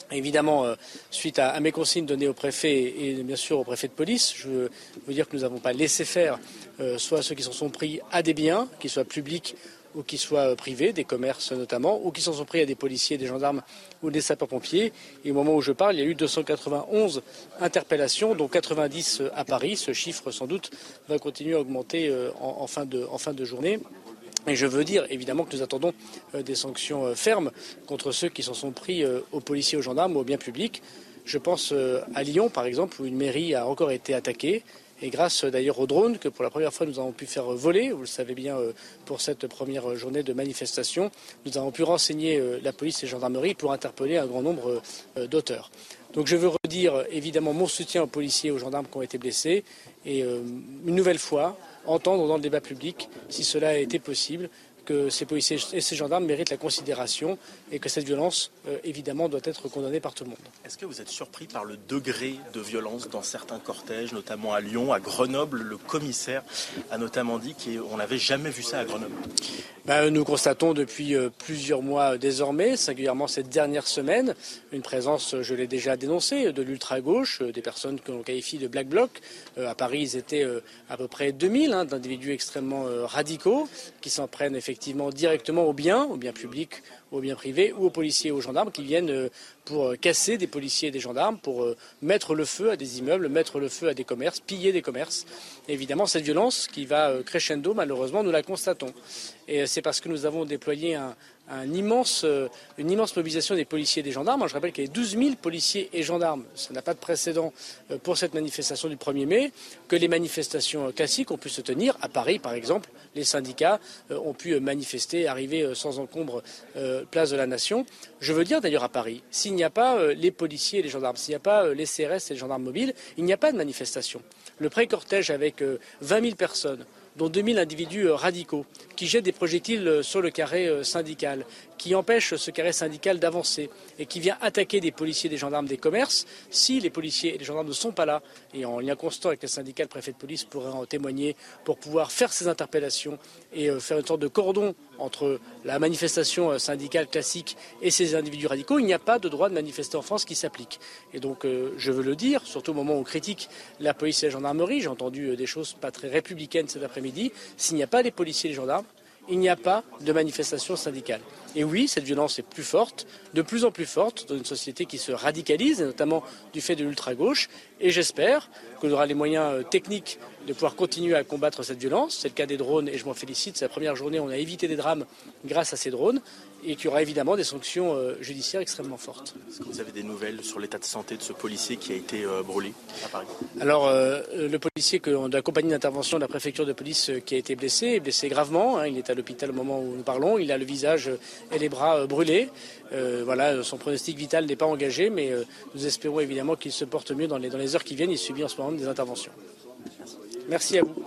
Évidemment, euh, suite à, à mes consignes données au préfet et, et bien sûr au préfet de police, je veux vous dire que nous n'avons pas laissé faire euh, soit ceux qui s'en sont pris à des biens, qu'ils soient publics ou qu'ils soient privés, des commerces notamment, ou qui s'en sont pris à des policiers, des gendarmes ou des sapeurs-pompiers. Et au moment où je parle, il y a eu deux cent quatre-vingt-onze interpellations, dont quatre-vingt-dix à Paris. Ce chiffre, sans doute, va continuer à augmenter euh, en, en, fin de, en fin de journée. Et je veux dire évidemment que nous attendons euh, des sanctions euh, fermes contre ceux qui s'en sont pris euh, aux policiers, aux gendarmes ou aux biens publics. Je pense euh, à Lyon, par exemple, où une mairie a encore été attaquée. Et grâce euh, d'ailleurs aux drones que pour la première fois nous avons pu faire voler, vous le savez bien euh, pour cette première journée de manifestation, nous avons pu renseigner euh, la police et la gendarmerie pour interpeller un grand nombre euh, d'auteurs. Donc je veux redire évidemment mon soutien aux policiers et aux gendarmes qui ont été blessés et euh, une nouvelle fois entendre dans le débat public, si cela a été possible, que ces policiers et ces gendarmes méritent la considération et que cette violence, euh, évidemment, doit être condamnée par tout le monde. Est-ce que vous êtes surpris par le degré de violence dans certains cortèges, notamment à Lyon, à Grenoble? Le commissaire a notamment dit qu'on n'avait jamais vu ça à Grenoble. Ben, nous constatons depuis euh, plusieurs mois euh, désormais, singulièrement cette dernière semaine, une présence, je l'ai déjà dénoncé, de l'ultra-gauche, euh, des personnes que l'on qualifie de Black Bloc. Euh, à Paris, ils étaient euh, à peu près deux mille hein, d'individus extrêmement euh, radicaux qui s'en prennent effectivement directement aux biens, aux biens publics, aux biens privés ou aux policiers et aux gendarmes qui viennent euh, pour casser des policiers et des gendarmes, pour euh, mettre le feu à des immeubles, mettre le feu à des commerces, piller des commerces. Et évidemment, cette violence qui va euh, crescendo, malheureusement, nous la constatons. Et c'est parce que nous avons déployé un, un immense, euh, une immense mobilisation des policiers et des gendarmes. Je rappelle qu'il y a douze mille policiers et gendarmes. Ça n'a pas de précédent euh, pour cette manifestation du premier mai, que les manifestations classiques ont pu se tenir. À Paris, par exemple, les syndicats euh, ont pu manifester, arriver euh, sans encombre euh, place de la Nation. Je veux dire d'ailleurs à Paris, s'il n'y a pas euh, les policiers et les gendarmes, s'il n'y a pas euh, les C R S et les gendarmes mobiles, il n'y a pas de manifestation. Le pré-cortège avec euh, vingt mille personnes, dont deux mille individus radicaux, qui jettent des projectiles sur le carré syndical, qui empêchent ce carré syndical d'avancer et qui vient attaquer des policiers et des gendarmes des commerces. Si les policiers et les gendarmes ne sont pas là, et en lien constant avec les syndicats, le préfet de police pourrait en témoigner pour pouvoir faire ces interpellations et faire une sorte de cordon entre la manifestation syndicale classique et ces individus radicaux, il n'y a pas de droit de manifester en France qui s'applique. Et donc, euh, je veux le dire, surtout au moment où on critique la police et la gendarmerie, j'ai entendu des choses pas très républicaines cet après-midi, s'il n'y a pas les policiers et les gendarmes, il n'y a pas de manifestation syndicale. Et oui, cette violence est plus forte, de plus en plus forte, dans une société qui se radicalise, et notamment du fait de l'ultra-gauche. Et j'espère qu'on aura les moyens techniques de pouvoir continuer à combattre cette violence. C'est le cas des drones, et je m'en félicite. C'est la première journée où on a évité des drames grâce à ces drones, et qu'il y aura évidemment des sanctions euh, judiciaires extrêmement fortes. Est-ce que vous avez des nouvelles sur l'état de santé de ce policier qui a été euh, brûlé à Paris? Alors, euh, le policier que, de la compagnie d'intervention de la préfecture de police euh, qui a été blessé, est blessé gravement. Hein, il est à l'hôpital au moment où nous parlons. Il a le visage et les bras euh, brûlés. Euh, voilà, son pronostic vital n'est pas engagé, mais euh, nous espérons évidemment qu'il se porte mieux dans les, dans les heures qui viennent. Il subit en ce moment des interventions. Merci à vous.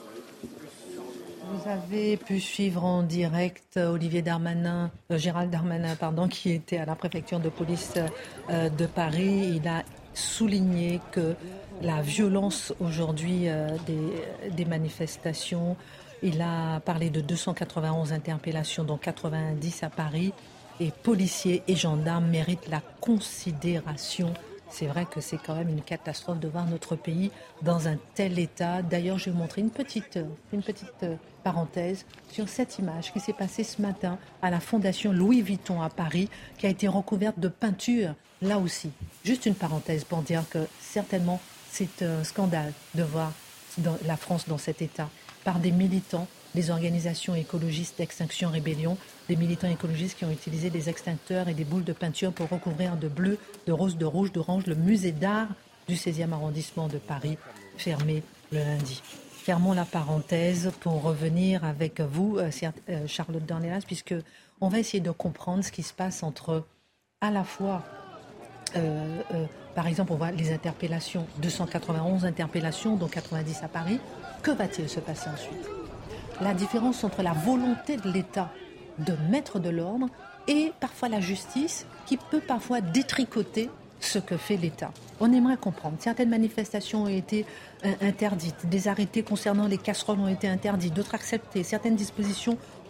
Vous avez pu suivre en direct Olivier Darmanin, euh, Gérald Darmanin, pardon, qui était à la préfecture de police euh, de Paris. Il a souligné que la violence aujourd'hui euh, des, des manifestations, il a parlé de deux cent quatre-vingt-onze interpellations, dont quatre-vingt-dix à Paris, et policiers et gendarmes méritent la considération. C'est vrai que c'est quand même une catastrophe de voir notre pays dans un tel état. D'ailleurs, je vais vous montrer une petite, une petite parenthèse sur cette image qui s'est passée ce matin à la Fondation Louis Vuitton à Paris, qui a été recouverte de peinture, là aussi. Juste une parenthèse pour dire que certainement, c'est un scandale de voir dans la France dans cet état par des militants, des organisations écologistes d'Extinction Rébellion, des militants écologistes qui ont utilisé des extincteurs et des boules de peinture pour recouvrir de bleu, de rose, de rouge, d'orange le musée d'art du seizième arrondissement de Paris, fermé le lundi. Fermons la parenthèse pour revenir avec vous, Charlotte Dornelas, puisque on va essayer de comprendre ce qui se passe entre à la fois, euh, euh, par exemple, on voit les interpellations, deux cent quatre-vingt-onze interpellations, dont quatre-vingt-dix à Paris. Que va-t-il se passer ensuite ? La différence entre la volonté de l'État de mettre de l'ordre et parfois la justice qui peut parfois détricoter ce que fait l'État. On aimerait comprendre. Certaines manifestations ont été euh, interdites, des arrêtés concernant les casseroles ont été interdits, d'autres acceptés, certaines dispositions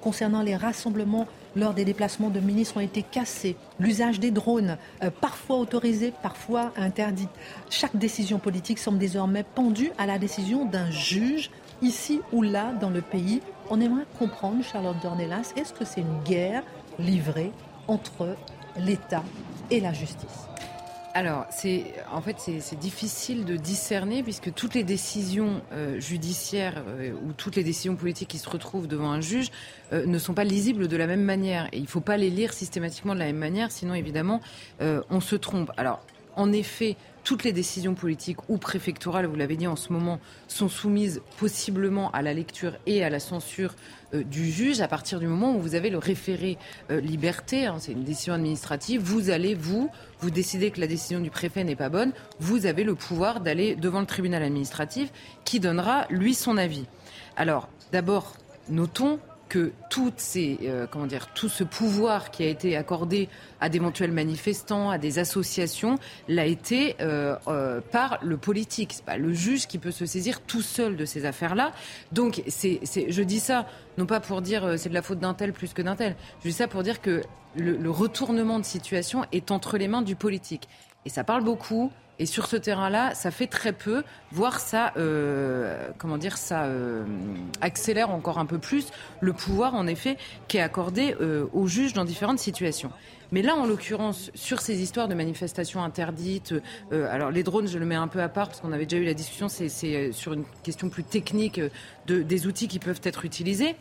concernant les rassemblements lors des déplacements de ministres ont été cassés. L'usage des drones, euh, parfois autorisé, parfois interdit. Chaque décision politique semble désormais pendue à la décision d'un juge, ici ou là dans le pays. On aimerait comprendre, Charlotte Dornelas, est-ce que c'est une guerre livrée entre l'État et la justice ? Alors, c'est, en fait, c'est, c'est difficile de discerner puisque toutes les décisions euh, judiciaires euh, ou toutes les décisions politiques qui se retrouvent devant un juge euh, ne sont pas lisibles de la même manière. Et il ne faut pas les lire systématiquement de la même manière, sinon, évidemment, euh, on se trompe. Alors, en effet, toutes les décisions politiques ou préfectorales, vous l'avez dit en ce moment, sont soumises possiblement à la lecture et à la censure euh, du juge à partir du moment où vous avez le référé euh, liberté, hein, c'est une décision administrative, vous allez, vous, vous décidez que la décision du préfet n'est pas bonne, vous avez le pouvoir d'aller devant le tribunal administratif qui donnera, lui, son avis. Alors, d'abord, notons que toutes ces, euh, comment dire, tout ce pouvoir qui a été accordé à d'éventuels manifestants, à des associations, l'a été euh, euh, par le politique. C'est pas le juge qui peut se saisir tout seul de ces affaires-là. Donc, c'est, c'est, je dis ça non pas pour dire euh, c'est de la faute d'un tel plus que d'un tel. Je dis ça pour dire que le, le retournement de situation est entre les mains du politique. Et ça parle beaucoup. Et sur ce terrain-là, ça fait très peu, voire ça, euh, comment dire, ça euh, accélère encore un peu plus le pouvoir, en effet, qui est accordé euh, aux juges dans différentes situations. Mais là, en l'occurrence, sur ces histoires de manifestations interdites, euh, alors les drones, je le mets un peu à part parce qu'on avait déjà eu la discussion, c'est, c'est sur une question plus technique de, des outils qui peuvent être utilisés.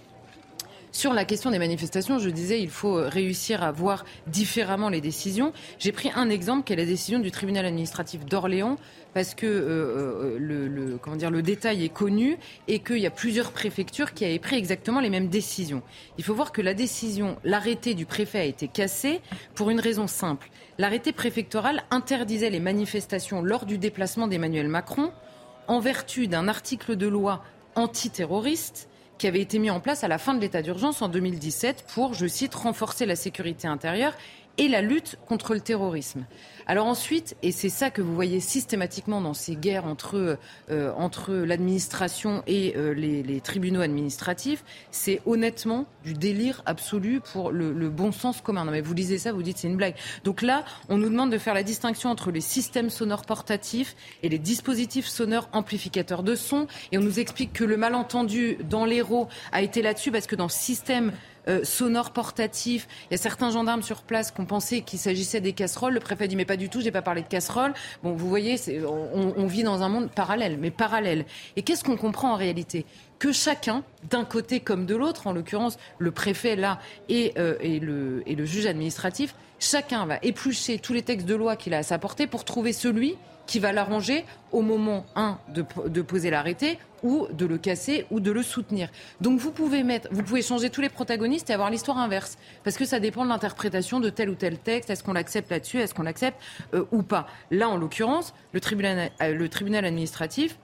Sur la question des manifestations, je disais il faut réussir à voir différemment les décisions. J'ai pris un exemple qui est la décision du tribunal administratif d'Orléans parce que euh, le, le, comment dire, le détail est connu et qu'il y a plusieurs préfectures qui avaient pris exactement les mêmes décisions. Il faut voir que la décision, l'arrêté du préfet a été cassé pour une raison simple. L'arrêté préfectoral interdisait les manifestations lors du déplacement d'Emmanuel Macron en vertu d'un article de loi antiterroriste qui avait été mis en place à la fin de l'état d'urgence en deux mille dix-sept pour, je cite, renforcer la sécurité intérieure et la lutte contre le terrorisme. Alors ensuite, et c'est ça que vous voyez systématiquement dans ces guerres entre, euh, entre l'administration et euh, les, les tribunaux administratifs, c'est honnêtement du délire absolu pour le, le bon sens commun. Non mais vous lisez ça, vous dites c'est une blague. Donc là, on nous demande de faire la distinction entre les systèmes sonores portatifs et les dispositifs sonores amplificateurs de son. Et on nous explique que le malentendu dans l'Hérault a été là-dessus parce que dans le système Euh, sonore portatif. Il y a certains gendarmes sur place qui ont pensé qu'il s'agissait des casseroles. Le préfet dit mais pas du tout, j'ai pas parlé de casseroles. Bon, vous voyez, c'est, on, on vit dans un monde parallèle, mais parallèle. Et qu'est-ce qu'on comprend en réalité ? Que chacun, d'un côté comme de l'autre, en l'occurrence le préfet là et, euh, et, le, et le juge administratif, chacun va éplucher tous les textes de loi qu'il a à sa portée pour trouver celui qui va l'arranger au moment, un, de, de poser l'arrêté ou de le casser ou de le soutenir. Donc vous pouvez mettre, vous pouvez changer tous les protagonistes et avoir l'histoire inverse. Parce que ça dépend de l'interprétation de tel ou tel texte. Est-ce qu'on l'accepte là-dessus ? Est-ce qu'on l'accepte euh, ou pas ? Là, en l'occurrence, le tribunal, euh, le tribunal administratif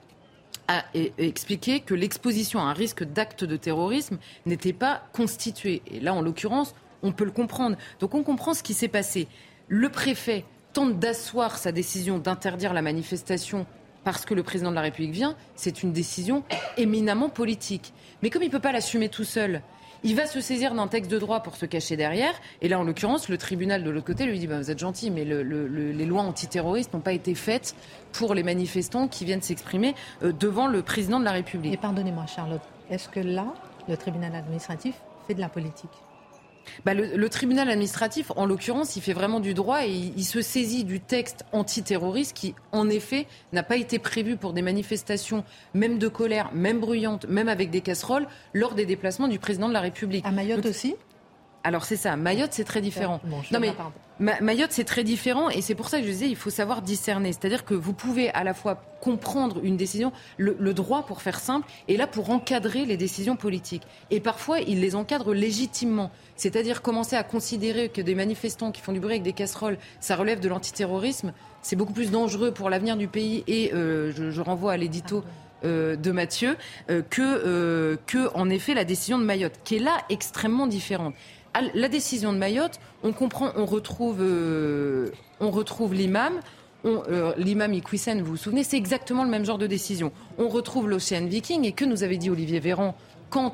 a expliqué que l'exposition à un risque d'acte de terrorisme n'était pas constituée. Et là, en l'occurrence, on peut le comprendre. Donc on comprend ce qui s'est passé. Le préfet tente d'asseoir sa décision d'interdire la manifestation parce que le président de la République vient, c'est une décision éminemment politique. Mais comme il ne peut pas l'assumer tout seul, il va se saisir d'un texte de droit pour se cacher derrière. Et là, en l'occurrence, le tribunal de l'autre côté lui dit bah, « Vous êtes gentil, mais le, le, le, les lois antiterroristes n'ont pas été faites pour les manifestants qui viennent s'exprimer euh, devant le président de la République. » Et pardonnez-moi, Charlotte, est-ce que là, le tribunal administratif fait de la politique ? Bah le, le tribunal administratif, en l'occurrence, il fait vraiment du droit et il, il se saisit du texte antiterroriste qui, en effet, n'a pas été prévu pour des manifestations, même de colère, même bruyantes, même avec des casseroles, lors des déplacements du président de la République. À Mayotte Donc, aussi ? Alors c'est ça, Mayotte c'est très différent. Bon, non mais Ma- Mayotte c'est très différent et c'est pour ça que je disais il faut savoir discerner. C'est-à-dire que vous pouvez à la fois comprendre une décision, le, le droit pour faire simple, est là pour encadrer les décisions politiques. Et parfois il les encadre légitimement. C'est-à-dire commencer à considérer que des manifestants qui font du bruit avec des casseroles, ça relève de l'antiterrorisme, c'est beaucoup plus dangereux pour l'avenir du pays et euh, je, je renvoie à l'édito euh, de Mathieu euh, que, euh, que en effet la décision de Mayotte qui est là extrêmement différente. La décision de Mayotte, on comprend, on retrouve, euh, on retrouve l'imam, on, euh, l'imam Iquissen, vous vous souvenez, c'est exactement le même genre de décision. On retrouve l'Ocean Viking et que nous avait dit Olivier Véran quand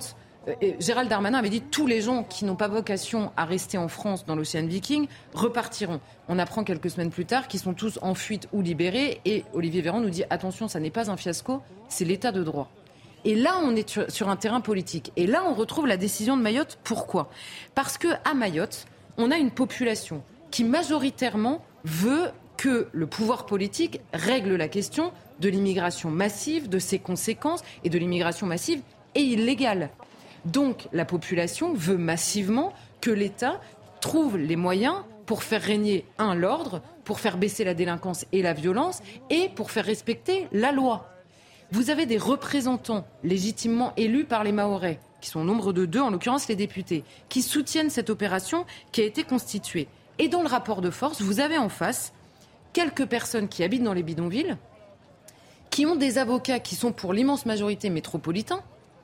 Et Gérald Darmanin avait dit tous les gens qui n'ont pas vocation à rester en France dans l'Océan Viking repartiront. On apprend quelques semaines plus tard qu'ils sont tous en fuite ou libérés. Et Olivier Véran nous dit attention, ça n'est pas un fiasco, c'est l'état de droit. Et là, on est sur, sur un terrain politique. Et là, on retrouve la décision de Mayotte. Pourquoi ? Parce qu'à Mayotte, on a une population qui majoritairement veut que le pouvoir politique règle la question de l'immigration massive, de ses conséquences, et de l'immigration massive et illégale. Donc, la population veut massivement que l'État trouve les moyens pour faire régner, un, l'ordre, pour faire baisser la délinquance et la violence, et pour faire respecter la loi. Vous avez des représentants légitimement élus par les Mahorais, qui sont au nombre de deux, en l'occurrence les députés, qui soutiennent cette opération qui a été constituée. Et dans le rapport de force, vous avez en face quelques personnes qui habitent dans les bidonvilles, qui ont des avocats qui sont pour l'immense majorité métropolitains,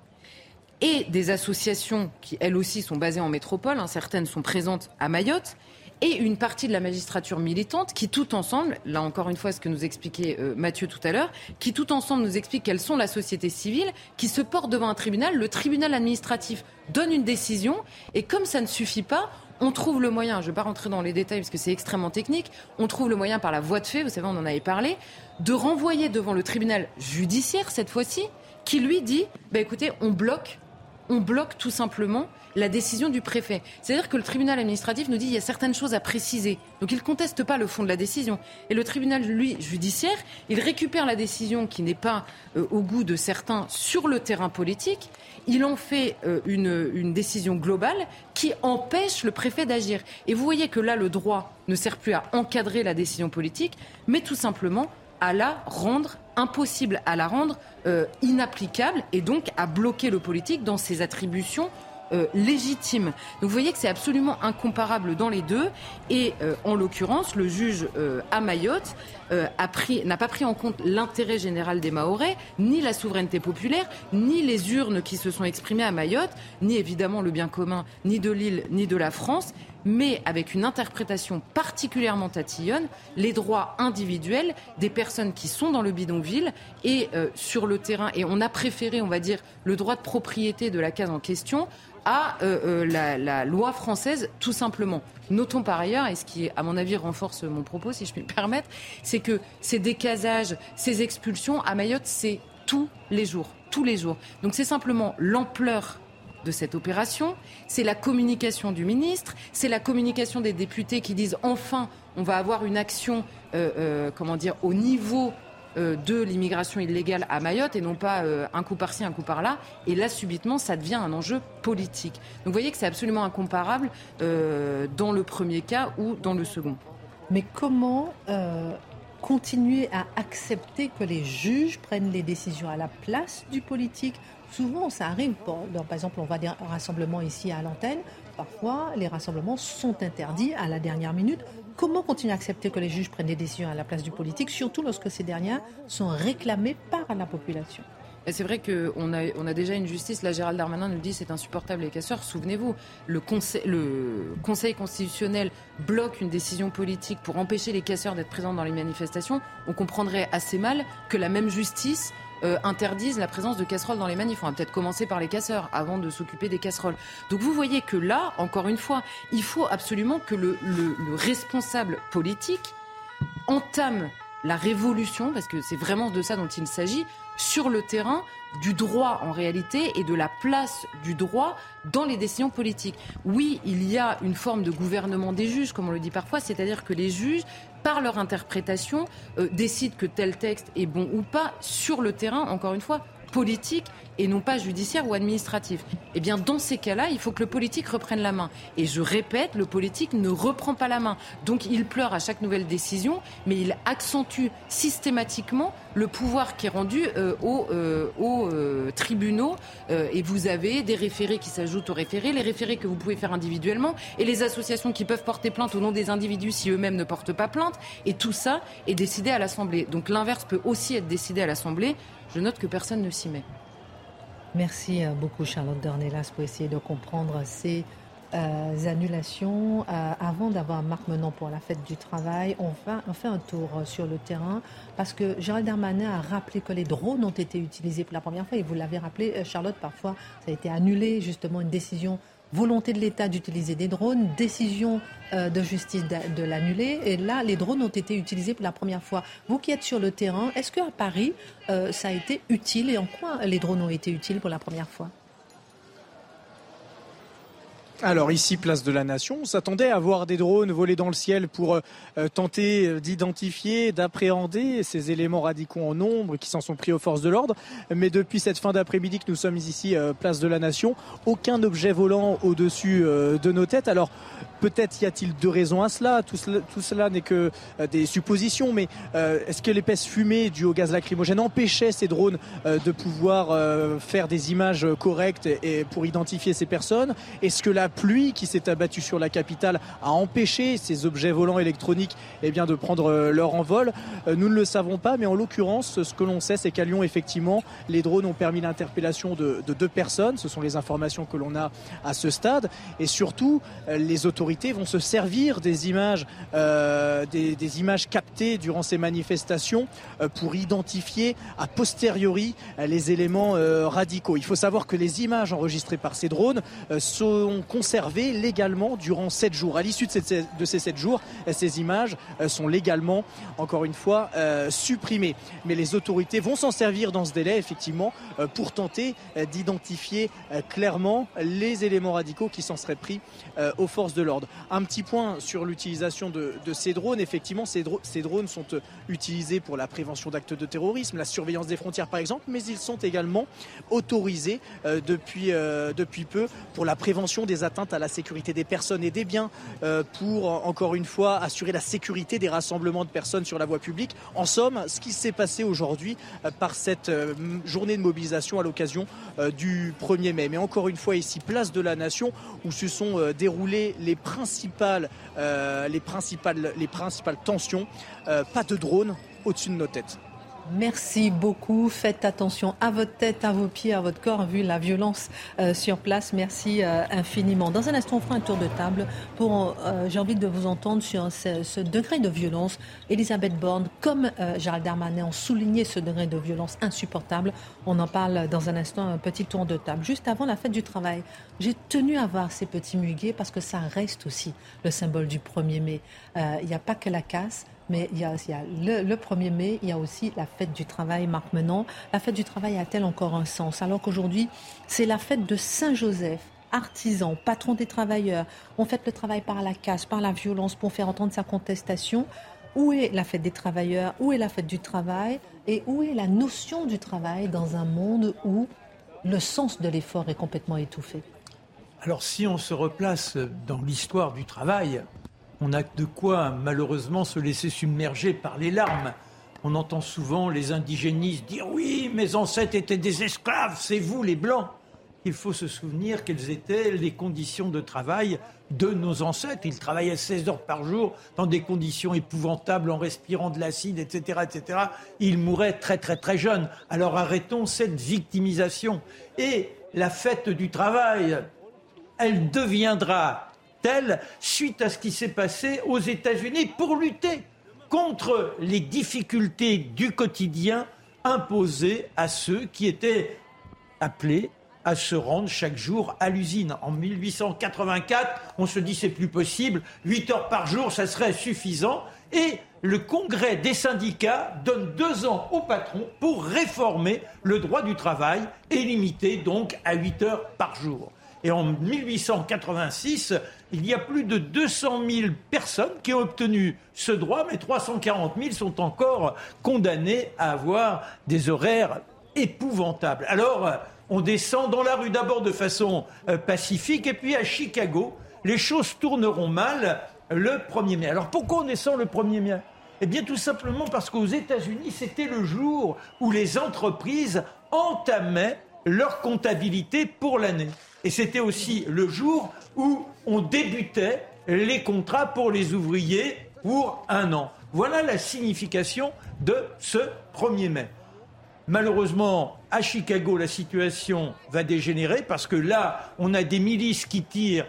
et des associations qui, elles aussi, sont basées en métropole, hein, certaines sont présentes à Mayotte, et une partie de la magistrature militante qui, tout ensemble, là encore une fois ce que nous expliquait euh, Mathieu tout à l'heure, qui tout ensemble nous explique quelles sont la société civile, qui se porte devant un tribunal. Le tribunal administratif donne une décision, et comme ça ne suffit pas, on trouve le moyen, je ne vais pas rentrer dans les détails parce que c'est extrêmement technique, on trouve le moyen par la voie de fait, vous savez, on en avait parlé, de renvoyer devant le tribunal judiciaire, cette fois-ci, qui lui dit, bah, écoutez, on bloque, on bloque tout simplement la décision du préfet. C'est-à-dire que le tribunal administratif nous dit qu'il y a certaines choses à préciser. Donc il ne conteste pas le fond de la décision. Et le tribunal, lui, judiciaire, il récupère la décision qui n'est pas euh, au goût de certains sur le terrain politique. Il en fait euh, une, une décision globale qui empêche le préfet d'agir. Et vous voyez que là, le droit ne sert plus à encadrer la décision politique, mais tout simplement à la rendre impossible, à la rendre euh, inapplicable et donc à bloquer le politique dans ses attributions Euh, légitime. Donc vous voyez que c'est absolument incomparable dans les deux. Et euh, en l'occurrence, le juge euh, à Mayotte euh, a pris, n'a pas pris en compte l'intérêt général des Mahorais, ni la souveraineté populaire, ni les urnes qui se sont exprimées à Mayotte, ni évidemment le bien commun, ni de l'île, ni de la France, mais avec une interprétation particulièrement tatillonne, les droits individuels des personnes qui sont dans le bidonville et euh, sur le terrain. Et on a préféré, on va dire, le droit de propriété de la case en question à euh, euh, la, la loi française, tout simplement. Notons par ailleurs, et ce qui, à mon avis, renforce mon propos, si je puis me permettre, c'est que ces décasages, ces expulsions, à Mayotte, c'est tous les jours. Tous les jours. Donc c'est simplement l'ampleur de cette opération, c'est la communication du ministre, c'est la communication des députés qui disent enfin, on va avoir une action, euh, euh, comment dire, au niveau euh, de l'immigration illégale à Mayotte et non pas euh, un coup par-ci, un coup par-là. Et là, subitement, ça devient un enjeu politique. Donc vous voyez que c'est absolument incomparable euh, dans le premier cas ou dans le second. Mais comment euh, continuer à accepter que les juges prennent les décisions à la place du politique ? Souvent, ça arrive. Par exemple, on va dire un rassemblement ici à l'antenne. Parfois, les rassemblements sont interdits à la dernière minute. Comment continuer à accepter que les juges prennent des décisions à la place du politique, surtout lorsque ces dernières sont réclamées par la population ? Et c'est vrai qu'on a, on a déjà une justice. Là, Gérald Darmanin nous dit c'est insupportable les casseurs. Souvenez-vous, le conseil, le conseil constitutionnel bloque une décision politique pour empêcher les casseurs d'être présents dans les manifestations. On comprendrait assez mal que la même justice Euh, interdisent la présence de casseroles dans les manifs. On va peut-être commencer par les casseurs avant de s'occuper des casseroles. Donc vous voyez que là, encore une fois, il faut absolument que le, le, le responsable politique entame la révolution, parce que c'est vraiment de ça dont il s'agit, sur le terrain du droit en réalité et de la place du droit dans les décisions politiques. Oui, il y a une forme de gouvernement des juges, comme on le dit parfois, c'est-à-dire que les juges, par leur interprétation, euh, décident que tel texte est bon ou pas sur le terrain, encore une fois, politique et non pas judiciaire ou administratif. Eh bien, dans ces cas-là, il faut que le politique reprenne la main. Et je répète, le politique ne reprend pas la main. Donc, il pleure à chaque nouvelle décision, mais il accentue systématiquement le pouvoir qui est rendu euh, aux, euh, aux euh, tribunaux. Euh, et vous avez des référés qui s'ajoutent aux référés, les référés que vous pouvez faire individuellement, et les associations qui peuvent porter plainte au nom des individus si eux-mêmes ne portent pas plainte. Et tout ça est décidé à l'Assemblée. Donc, l'inverse peut aussi être décidé à l'Assemblée. Je note que personne ne s'y met. Merci beaucoup Charlotte Dornelas pour essayer de comprendre ces euh, annulations. Euh, avant d'avoir Marc Menon pour la fête du travail, on fait, on fait un tour sur le terrain parce que Gérald Darmanin a rappelé que les drones ont été utilisés pour la première fois et vous l'avez rappelé, Charlotte, parfois ça a été annulé, justement une décision, volonté de l'État d'utiliser des drones, décision euh, de justice de, de l'annuler et là les drones ont été utilisés pour la première fois. Vous qui êtes sur le terrain, est-ce qu'à Paris euh, ça a été utile et en quoi les drones ont été utiles pour la première fois ? Alors ici, place de la Nation, on s'attendait à voir des drones voler dans le ciel pour euh, tenter d'identifier, d'appréhender ces éléments radicaux en nombre qui s'en sont pris aux forces de l'ordre. Mais depuis cette fin d'après-midi que nous sommes ici, euh, place de la Nation, aucun objet volant au-dessus euh, de nos têtes. Alors peut-être y a-t-il deux raisons à cela. Tout cela, tout cela n'est que euh, des suppositions. Mais euh, est-ce que l'épaisse fumée due au gaz lacrymogène empêchait ces drones euh, de pouvoir euh, faire des images correctes et, et pour identifier ces personnes ? Est-ce que la pluie qui s'est abattue sur la capitale a empêché ces objets volants électroniques eh bien, de prendre leur envol. Nous ne le savons pas, mais en l'occurrence, ce que l'on sait, c'est qu'à Lyon, effectivement, les drones ont permis l'interpellation de, de deux personnes. Ce sont les informations que l'on a à ce stade. Et surtout, les autorités vont se servir des images, euh, des, des images captées durant ces manifestations euh, pour identifier a posteriori les éléments euh, radicaux. Il faut savoir que les images enregistrées par ces drones euh, sont conservées légalement durant sept jours. À l'issue de ces, de ces sept jours, ces images sont légalement, encore une fois, euh, supprimées. Mais les autorités vont s'en servir dans ce délai, effectivement, euh, pour tenter euh, d'identifier euh, clairement les éléments radicaux qui s'en seraient pris euh, aux forces de l'ordre. Un petit point sur l'utilisation de, de ces drones. Effectivement, ces, dro- ces drones sont euh, utilisés pour la prévention d'actes de terrorisme, la surveillance des frontières, par exemple, mais ils sont également autorisés euh, depuis, euh, depuis peu pour la prévention des atteintes à la sécurité des personnes et des biens, euh, pour, encore une fois, assurer la sécurité des rassemblements de personnes sur la voie publique. En somme, ce qui s'est passé aujourd'hui euh, par cette euh, journée de mobilisation à l'occasion euh, du premier mai. Mais encore une fois, ici, place de la Nation, où se sont euh, déroulées les principales, euh, les principales, les principales tensions. Euh, pas de drone au-dessus de nos têtes. Merci beaucoup. Faites attention à votre tête, à vos pieds, à votre corps, vu la violence euh, sur place. Merci euh, infiniment. Dans un instant, on fera un tour de table pour, euh, j'ai envie de vous entendre sur ce, ce degré de violence. Elisabeth Borne, comme euh, Gérald Darmanin, ont souligné ce degré de violence insupportable. On en parle dans un instant, un petit tour de table. Juste avant la fête du travail, j'ai tenu à voir ces petits muguets parce que ça reste aussi le symbole du premier mai. Il euh, n'y a pas que la casse. Mais il y a, il y a le, le premier mai, il y a aussi la fête du travail, Marc Menon. La fête du travail a-t-elle encore un sens ? Alors qu'aujourd'hui, c'est la fête de Saint-Joseph, artisan, patron des travailleurs. On fête le travail par la casse, par la violence pour faire entendre sa contestation. Où est la fête des travailleurs ? Où est la fête du travail ? Et où est la notion du travail dans un monde où le sens de l'effort est complètement étouffé ? Alors si on se replace dans l'histoire du travail, on a de quoi, malheureusement, se laisser submerger par les larmes. On entend souvent les indigénistes dire « Oui, mes ancêtres étaient des esclaves, c'est vous les Blancs ». Il faut se souvenir quelles étaient les conditions de travail de nos ancêtres. Ils travaillaient seize heures par jour dans des conditions épouvantables en respirant de l'acide, et cetera, et cetera. Ils mouraient très, très, très jeunes. Alors arrêtons cette victimisation. Et la fête du travail, elle deviendra telle suite à ce qui s'est passé aux États-Unis pour lutter contre les difficultés du quotidien imposées à ceux qui étaient appelés à se rendre chaque jour à l'usine. En mille huit cent quatre-vingt-quatre, on se dit c'est plus possible, huit heures par jour, ça serait suffisant. Et le congrès des syndicats donne deux ans au patron pour réformer le droit du travail et limiter donc à huit heures par jour. Et en mille huit cent quatre-vingt-six, il y a plus de deux cent mille personnes qui ont obtenu ce droit, mais trois cent quarante mille sont encore condamnées à avoir des horaires épouvantables. Alors, on descend dans la rue d'abord de façon euh, pacifique, et puis à Chicago, les choses tourneront mal le premier mai. Alors pourquoi on descend le premier mai ? Eh bien tout simplement parce qu'aux États-Unis, c'était le jour où les entreprises entamaient leur comptabilité pour l'année. Et c'était aussi le jour où on débutait les contrats pour les ouvriers pour un an. Voilà la signification de ce premier mai. Malheureusement, à Chicago, la situation va dégénérer parce que là, on a des milices qui tirent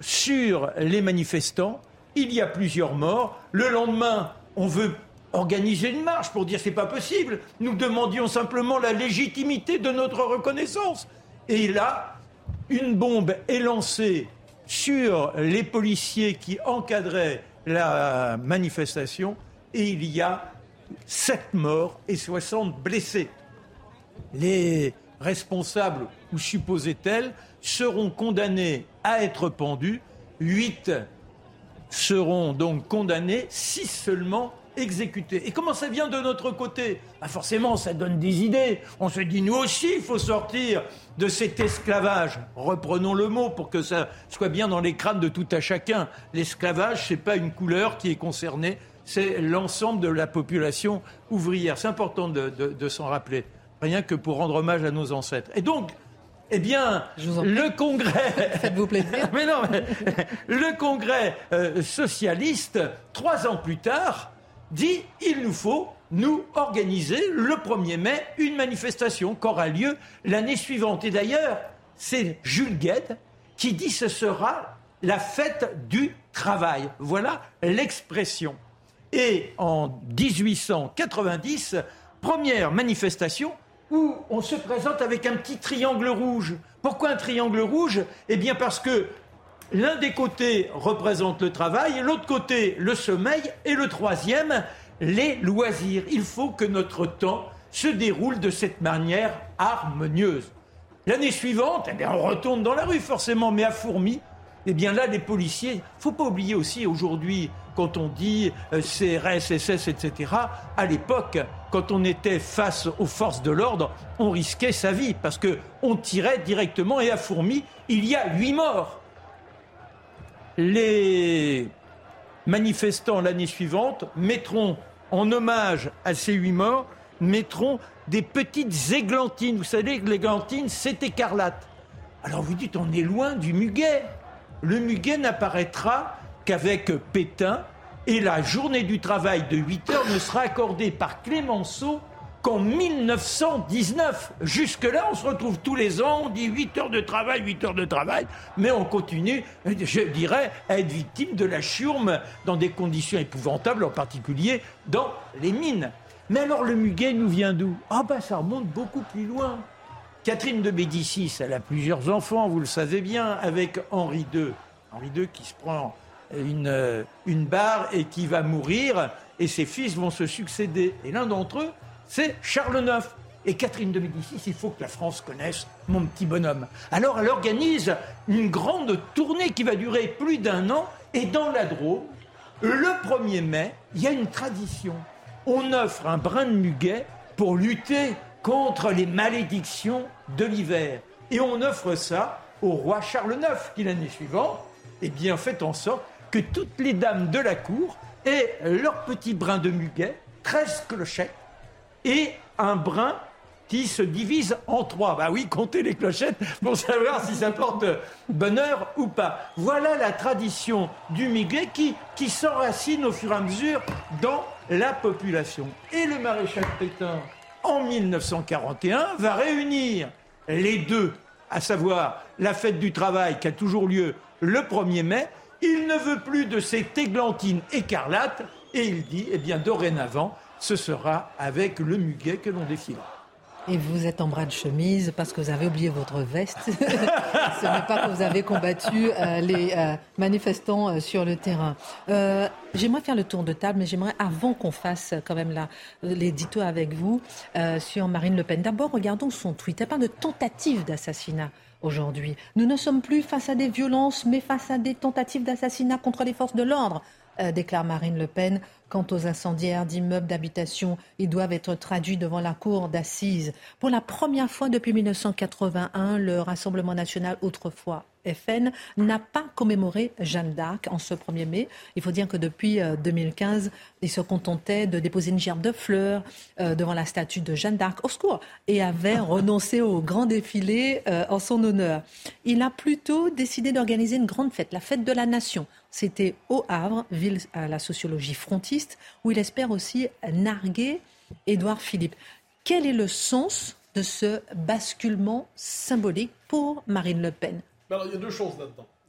sur les manifestants. Il y a plusieurs morts. Le lendemain, on veut organiser une marche pour dire c'est pas possible. Nous demandions simplement la légitimité de notre reconnaissance. Et là, une bombe est lancée sur les policiers qui encadraient la manifestation et il y a sept morts et soixante blessés. Les responsables, ou supposés tels, seront condamnés à être pendus. Huit seront donc condamnés, six seulement exécutés. Et comment ça vient de notre côté ? Bah forcément, ça donne des idées. On se dit, nous aussi, il faut sortir de cet esclavage. Reprenons le mot pour que ça soit bien dans les crânes de tout à chacun. L'esclavage, c'est pas une couleur qui est concernée, c'est l'ensemble de la population ouvrière. C'est important de, de, de s'en rappeler, rien que pour rendre hommage à nos ancêtres. Et donc, eh bien, le Congrès... Faites-vous plaisir. mais non, mais, le Congrès euh, socialiste, trois ans plus tard, dit il nous faut, nous, organiser le premier mai une manifestation qui aura lieu l'année suivante. Et d'ailleurs, c'est Jules Guesde qui dit ce sera la fête du travail. Voilà l'expression. Et en dix-huit cent quatre-vingt-dix, première manifestation où on se présente avec un petit triangle rouge. Pourquoi un triangle rouge ? Eh bien parce que l'un des côtés représente le travail, l'autre côté le sommeil, et le troisième, les loisirs. Il faut que notre temps se déroule de cette manière harmonieuse. L'année suivante, eh bien, on retourne dans la rue forcément, mais à Fourmi, eh bien là, les policiers, il ne faut pas oublier aussi aujourd'hui, quand on dit euh, C R S, S S, et cetera, à l'époque, quand on était face aux forces de l'ordre, on risquait sa vie, parce qu'on tirait directement, et à Fourmi, il y a huit morts. Les manifestants l'année suivante mettront en hommage à ces huit morts, mettront des petites églantines. Vous savez que l'églantine, c'est écarlate. Alors vous dites, on est loin du muguet. Le muguet n'apparaîtra qu'avec Pétain et la journée du travail de huit heures ne sera accordée par Clémenceau qu'en mille neuf cent dix-neuf. Jusque-là, on se retrouve tous les ans, on dit huit heures de travail, huit heures de travail, mais on continue, je dirais, à être victime de la chiourme dans des conditions épouvantables, en particulier dans les mines. Mais alors le muguet nous vient d'où ? Ah ben ça remonte beaucoup plus loin. Catherine de Médicis, elle a plusieurs enfants, vous le savez bien, avec Henri deux. Henri deux qui se prend une, une barre et qui va mourir, et ses fils vont se succéder. Et l'un d'entre eux, c'est Charles neuf. Et Catherine de Médicis, il faut que la France connaisse mon petit bonhomme. Alors elle organise une grande tournée qui va durer plus d'un an. Et dans la Drôme, le premier mai, il y a une tradition. On offre un brin de muguet pour lutter contre les malédictions de l'hiver. Et on offre ça au roi Charles neuf, qui l'année suivante, eh bien, fait en sorte que toutes les dames de la cour aient leur petit brin de muguet, treize clochettes, et un brin qui se divise en trois. Bah oui, comptez les clochettes pour savoir si ça porte bonheur ou pas. Voilà la tradition du muguet qui, qui s'enracine au fur et à mesure dans la population. Et le maréchal Pétain, en mille neuf cent quarante et un, va réunir les deux, à savoir la fête du travail qui a toujours lieu le premier mai. Il ne veut plus de cette églantine écarlate et il dit, eh bien, dorénavant, ce sera avec le muguet que l'on défilera. Et vous êtes en bras de chemise parce que vous avez oublié votre veste. Ce n'est pas que vous avez combattu euh, les euh, manifestants euh, sur le terrain. Euh, j'aimerais faire le tour de table, mais j'aimerais, avant qu'on fasse quand même la, l'édito avec vous, euh, sur Marine Le Pen. D'abord, regardons son tweet. Elle parle de tentative d'assassinat aujourd'hui. Nous ne sommes plus face à des violences, mais face à des tentatives d'assassinat contre les forces de l'ordre, euh, déclare Marine Le Pen. Quant aux incendiaires d'immeubles d'habitation, ils doivent être traduits devant la cour d'assises. Pour la première fois depuis mille neuf cent quatre-vingt-un, le Rassemblement national, autrefois F N, n'a pas commémoré Jeanne d'Arc en ce premier mai. Il faut dire que depuis deux mille quinze, il se contentait de déposer une gerbe de fleurs euh, devant la statue de Jeanne d'Arc, au secours, et avait renoncé au grand défilé euh, en son honneur. Il a plutôt décidé d'organiser une grande fête, la fête de la nation. C'était au Havre, ville à la sociologie frontiste, où il espère aussi narguer Édouard Philippe. Quel est le sens de ce basculement symbolique pour Marine Le Pen ? Alors, il y a deux choses là-dedans.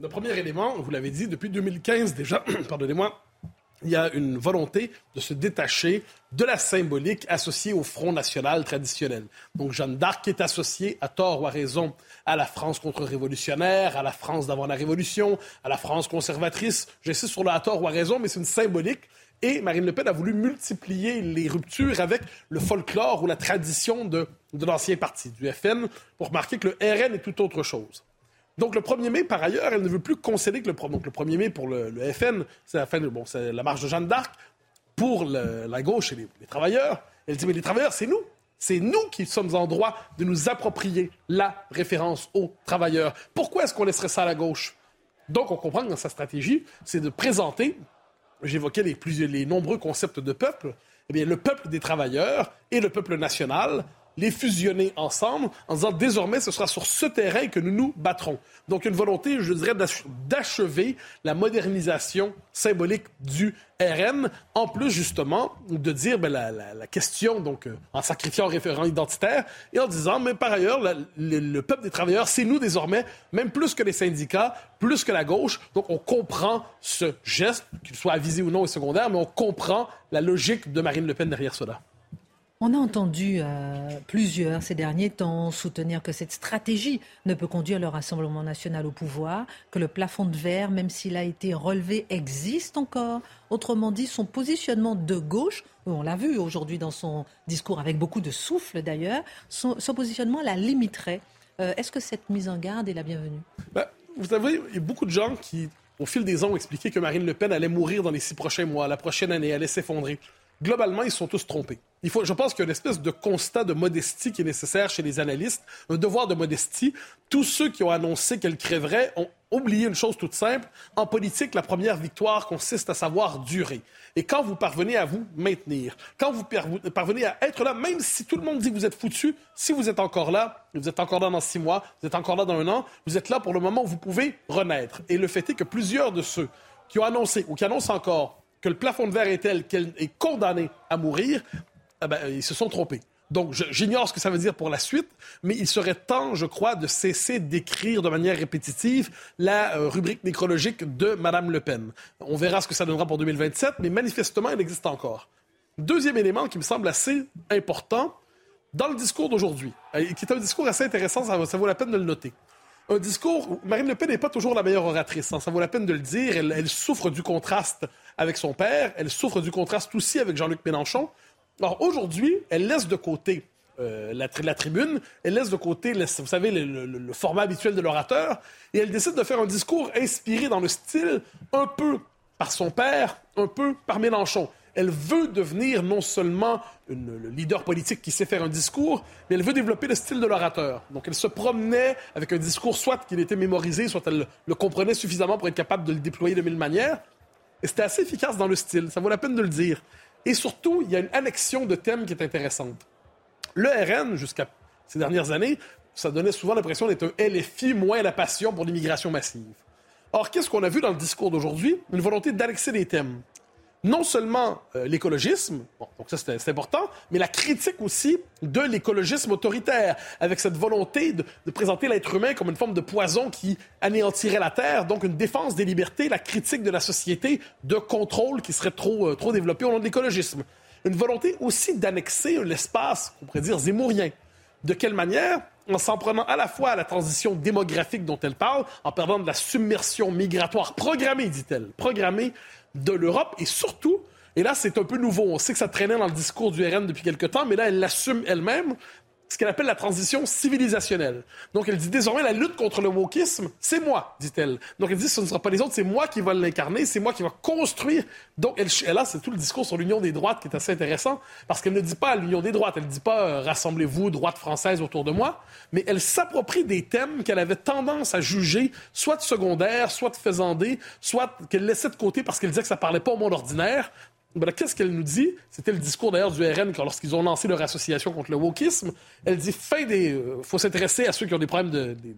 Le premier élément, vous l'avez dit, depuis deux mille quinze déjà, pardonnez-moi, il y a une volonté de se détacher de la symbolique associée au Front national traditionnel. Donc, Jeanne d'Arc est associée, à tort ou à raison, à la France contre-révolutionnaire, à la France d'avant la Révolution, à la France conservatrice. J'insiste sur le à tort ou à raison, mais c'est une symbolique. Et Marine Le Pen a voulu multiplier les ruptures avec le folklore ou la tradition de, de l'ancien parti, du F N, pour marquer que le R N est tout autre chose. Donc, le premier mai, par ailleurs, elle ne veut plus concéder que le, donc, le premier mai pour le, le F N, c'est la, fin de, bon, c'est la marche de Jeanne d'Arc. Pour le, la gauche et les, les travailleurs, elle dit, mais les travailleurs, c'est nous. C'est nous qui sommes en droit de nous approprier la référence aux travailleurs. Pourquoi est-ce qu'on laisserait ça à la gauche? Donc, on comprend que dans sa stratégie, c'est de présenter, j'évoquais les, plus, les nombreux concepts de peuple, eh bien, le peuple des travailleurs et le peuple national, les fusionner ensemble en disant désormais ce sera sur ce terrain que nous nous battrons. Donc une volonté, je dirais, d'achever la modernisation symbolique du R N, en plus justement de dire ben, la, la, la question, donc euh, en sacrifiant le référent identitaire et en disant, mais par ailleurs, la, le, le peuple des travailleurs, c'est nous désormais, même plus que les syndicats, plus que la gauche. Donc on comprend ce geste, qu'il soit avisé ou non et secondaire, mais on comprend la logique de Marine Le Pen derrière cela. On a entendu euh, plusieurs ces derniers temps soutenir que cette stratégie ne peut conduire le Rassemblement national au pouvoir, que le plafond de verre, même s'il a été relevé, existe encore. Autrement dit, son positionnement de gauche, on l'a vu aujourd'hui dans son discours avec beaucoup de souffle d'ailleurs, son, son positionnement la limiterait. Euh, est-ce que cette mise en garde est la bienvenue? Ben, vous savez, il y a beaucoup de gens qui, au fil des ans, ont expliqué que Marine Le Pen allait mourir dans les six prochains mois, la prochaine année, allait s'effondrer. Globalement, ils sont tous trompés. Il faut, je pense qu'il y a une espèce de constat de modestie qui est nécessaire chez les analystes, un devoir de modestie. Tous ceux qui ont annoncé qu'elle crèverait ont oublié une chose toute simple. En politique, la première victoire consiste à savoir durer. Et quand vous parvenez à vous maintenir, quand vous parvenez à être là, même si tout le monde dit que vous êtes foutu, si vous êtes encore là, vous êtes encore là dans six mois, vous êtes encore là dans un an, vous êtes là pour le moment où vous pouvez renaître. Et le fait est que plusieurs de ceux qui ont annoncé ou qui annoncent encore que le plafond de verre est tel qu'elle est condamnée à mourir, eh ben, ils se sont trompés. Donc, je, j'ignore ce que ça veut dire pour la suite, mais il serait temps, je crois, de cesser d'écrire de manière répétitive la euh, rubrique nécrologique de Mme Le Pen. On verra ce que ça donnera pour deux mille vingt-sept, mais manifestement, elle existe encore. Deuxième élément qui me semble assez important, dans le discours d'aujourd'hui, et qui est un discours assez intéressant, ça, ça vaut la peine de le noter. Un discours où Marine Le Pen n'est pas toujours la meilleure oratrice, hein, ça vaut la peine de le dire, elle, elle souffre du contraste avec son père, elle souffre du contraste aussi avec Jean-Luc Mélenchon. Alors aujourd'hui, elle laisse de côté euh, la, la tribune, elle laisse de côté, laisse, vous savez, le, le, le format habituel de l'orateur, et elle décide de faire un discours inspiré dans le style un peu par son père, un peu par Mélenchon. Elle veut devenir non seulement une, le leader politique qui sait faire un discours, mais elle veut développer le style de l'orateur. Donc elle se promenait avec un discours, soit qu'il était mémorisé, soit elle le, le comprenait suffisamment pour être capable de le déployer de mille manières. Et c'était assez efficace dans le style, ça vaut la peine de le dire. Et surtout, il y a une annexion de thèmes qui est intéressante. Le R N, jusqu'à ces dernières années, ça donnait souvent l'impression d'être un L F I moins la passion pour l'immigration massive. Or, qu'est-ce qu'on a vu dans le discours d'aujourd'hui? Une volonté d'annexer des thèmes. Non seulement euh, l'écologisme, bon, donc ça c'est, c'est important, mais la critique aussi de l'écologisme autoritaire, avec cette volonté de, de présenter l'être humain comme une forme de poison qui anéantirait la Terre, donc une défense des libertés, la critique de la société de contrôle qui serait trop, euh, trop développée au nom de l'écologisme. Une volonté aussi d'annexer l'espace, on pourrait dire zémourien. De quelle manière? En s'en prenant à la fois à la transition démographique dont elle parle, en parlant de la submersion migratoire programmée, dit-elle, programmée de l'Europe, et surtout, et là c'est un peu nouveau, on sait que ça traînait dans le discours du R N depuis quelque temps, mais là elle l'assume elle-même, ce qu'elle appelle la transition civilisationnelle. Donc elle dit désormais la lutte contre le wokisme, c'est moi, dit-elle. Donc elle dit ce ne sera pas les autres, c'est moi qui va l'incarner, c'est moi qui va construire. Donc elle, elle a, c'est tout le discours sur l'union des droites qui est assez intéressant, parce qu'elle ne dit pas l'union des droites, elle ne dit pas euh, rassemblez-vous, droite française autour de moi, mais elle s'approprie des thèmes qu'elle avait tendance à juger soit de secondaire, soit de faisandés, soit qu'elle laissait de côté parce qu'elle disait que ça parlait pas au monde ordinaire. Ben là, qu'est-ce qu'elle nous dit? C'était le discours d'ailleurs du R N lorsqu'ils ont lancé leur association contre le wokisme. Elle dit fin des. Euh, faut s'intéresser à ceux qui ont des problèmes de, de,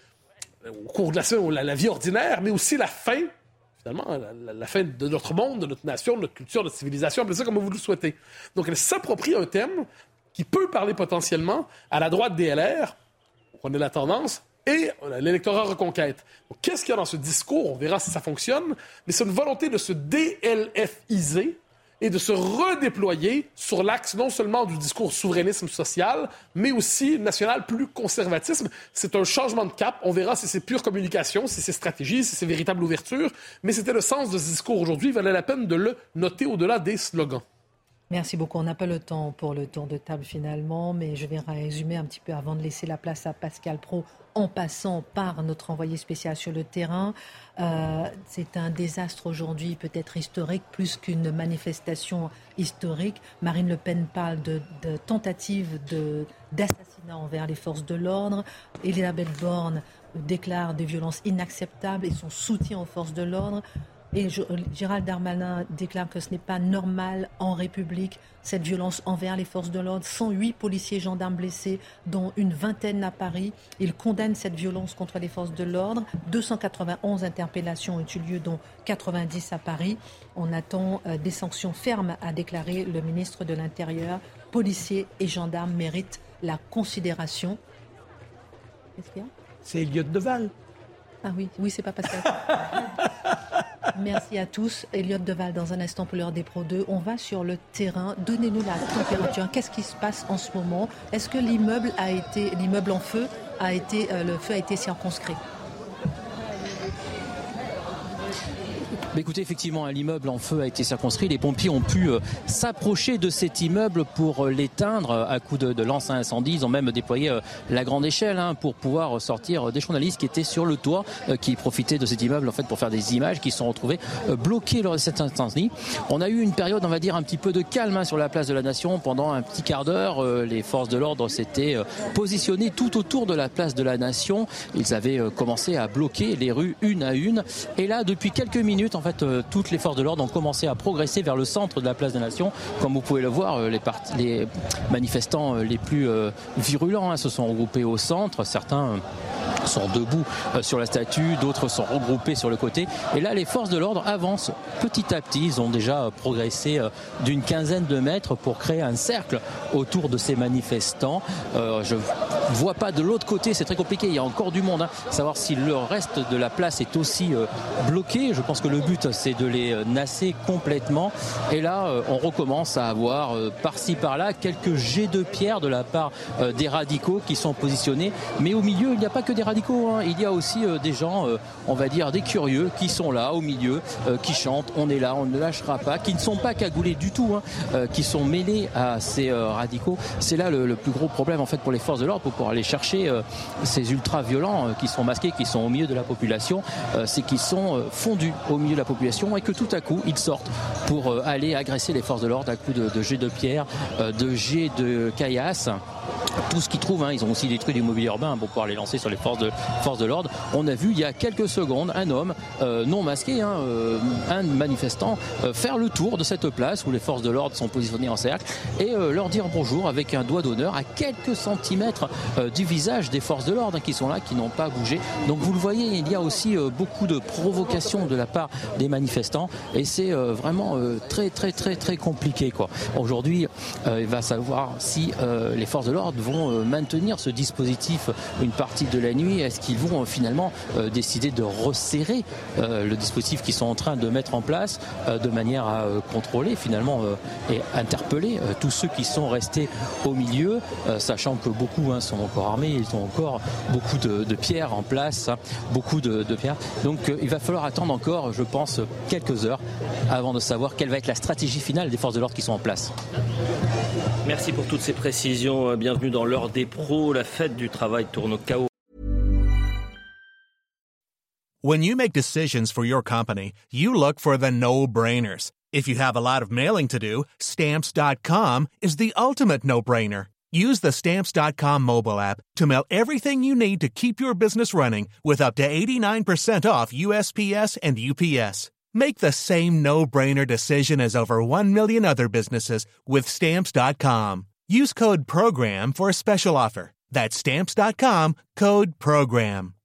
de, au cours de la, la, la vie ordinaire, mais aussi la fin, finalement, la, la fin de notre monde, de notre nation, de notre culture, de notre civilisation, appelez ça comme vous le souhaitez. Donc elle s'approprie un thème qui peut parler potentiellement à la droite des L R, on a la tendance, et l'électorat reconquête. Donc, qu'est-ce qu'il y a dans ce discours? On verra si ça fonctionne, mais c'est une volonté de se D L F iser et de se redéployer sur l'axe non seulement du discours souverainisme social, mais aussi national plus conservatisme. C'est un changement de cap. On verra si c'est pure communication, si c'est stratégie, si c'est véritable ouverture, mais c'était le sens de ce discours aujourd'hui. Il valait la peine de le noter au-delà des slogans. Merci beaucoup. On n'a pas le temps pour le tour de table finalement, mais je vais résumer un petit peu avant de laisser la place à Pascal Praud en passant par notre envoyé spécial sur le terrain. Euh, c'est un désastre aujourd'hui peut-être historique plus qu'une manifestation historique. Marine Le Pen parle de, de tentative de, d'assassinat envers les forces de l'ordre. Elisabeth Borne déclare des violences inacceptables et son soutien aux forces de l'ordre. Et Gérald Darmanin déclare que ce n'est pas normal en République, cette violence envers les forces de l'ordre. cent huit policiers et gendarmes blessés, dont une vingtaine à Paris. Il condamne cette violence contre les forces de l'ordre. deux cent quatre-vingt-onze interpellations ont eu lieu, dont quatre-vingt-dix à Paris. On attend euh, des sanctions fermes, a déclaré le ministre de l'Intérieur. Policiers et gendarmes méritent la considération. Qu'est-ce qu'il y a ? C'est Elliott Deval. Ah oui, oui, c'est pas Pascal. Merci à tous. Elliott Deval, dans un instant pour l'heure des Pro deux. On va sur le terrain. Donnez-nous la température. Qu'est-ce qui se passe en ce moment ? Est-ce que l'immeuble a été, l'immeuble en feu a été, euh, le feu a été circonscrit ? Écoutez, effectivement, l'immeuble en feu a été circonscrit. Les pompiers ont pu euh, s'approcher de cet immeuble pour euh, l'éteindre à coup de, de lance à incendie. Ils ont même déployé euh, la grande échelle hein, pour pouvoir sortir euh, des journalistes qui étaient sur le toit, euh, qui profitaient de cet immeuble en fait pour faire des images, qui se sont retrouvés euh, bloqués lors de cet incendie. On a eu une période, on va dire, un petit peu de calme hein, sur la place de la Nation. Pendant un petit quart d'heure, euh, les forces de l'ordre s'étaient euh, positionnées tout autour de la place de la Nation. Ils avaient euh, commencé à bloquer les rues une à une. Et là, depuis quelques minutes, en En fait, euh, toutes les forces de l'ordre ont commencé à progresser vers le centre de la place de la Nation. Comme vous pouvez le voir, euh, les, part- les manifestants euh, les plus euh, virulents hein, se sont regroupés au centre. Certains euh, sont debout euh, sur la statue, d'autres sont regroupés sur le côté. Et là, les forces de l'ordre avancent petit à petit. Ils ont déjà euh, progressé euh, d'une quinzaine de mètres pour créer un cercle autour de ces manifestants. Euh, je vois pas de l'autre côté, c'est très compliqué. Il y a encore du monde. Hein. Savoir si le reste de la place est aussi euh, bloqué. Je pense que le but, c'est de les nasser complètement. Et là, euh, on recommence à avoir euh, par-ci, par-là, quelques jets de pierre de la part euh, des radicaux qui sont positionnés. Mais au milieu, il n'y a pas que des radicaux. Hein. Il y a aussi euh, des gens, euh, on va dire, des curieux qui sont là, au milieu, euh, qui chantent, on est là, on ne lâchera pas, qui ne sont pas cagoulés du tout, hein, euh, qui sont mêlés à ces euh, radicaux. C'est là le, le plus gros problème, en fait, pour les forces de l'ordre, pour pouvoir aller chercher euh, ces ultra-violents euh, qui sont masqués, qui sont au milieu de la population. Euh, c'est qu'ils sont euh, fondus au milieu de la population et que tout à coup ils sortent pour euh, aller agresser les forces de l'ordre à coups de, de jets de pierre, euh, de jets de caillasse, tout ce qu'ils trouvent. Hein. Ils ont aussi détruit du mobilier urbain pour pouvoir les lancer sur les forces de, forces de l'ordre. On a vu il y a quelques secondes un homme euh, non masqué, hein, euh, un manifestant, euh, faire le tour de cette place où les forces de l'ordre sont positionnées en cercle et euh, leur dire bonjour avec un doigt d'honneur à quelques centimètres euh, du visage des forces de l'ordre hein, qui sont là, qui n'ont pas bougé. Donc vous le voyez, il y a aussi euh, beaucoup de provocation de la part des manifestants et c'est euh, vraiment euh, très très très très compliqué quoi. Aujourd'hui, euh, il va savoir si euh, les forces de l'ordre vont euh, maintenir ce dispositif une partie de la nuit. Est-ce qu'ils vont euh, finalement euh, décider de resserrer euh, le dispositif qu'ils sont en train de mettre en place euh, de manière à euh, contrôler finalement euh, et interpeller euh, tous ceux qui sont restés au milieu, euh, sachant que beaucoup hein, sont encore armés, ils ont encore beaucoup de, de pierres en place, hein, beaucoup de, de pierres. Donc euh, il va falloir attendre encore, je pense, quelques heures avant de savoir quelle va être la stratégie finale des forces de l'ordre qui sont en place. Merci pour toutes ces précisions. Bienvenue dans l'heure des pros. La fête du travail tourne au chaos. When you make decisions for your company, you look for the no-brainers. If you have a lot of mailing to do, Stamps dot com is the ultimate no-brainer. Use the Stamps dot com mobile app to mail everything you need to keep your business running with up to eighty-nine percent off U S P S and U P S. Make the same no-brainer decision as over one million other businesses with Stamps dot com. Use code PROGRAM for a special offer. That's Stamps dot com, code PROGRAM.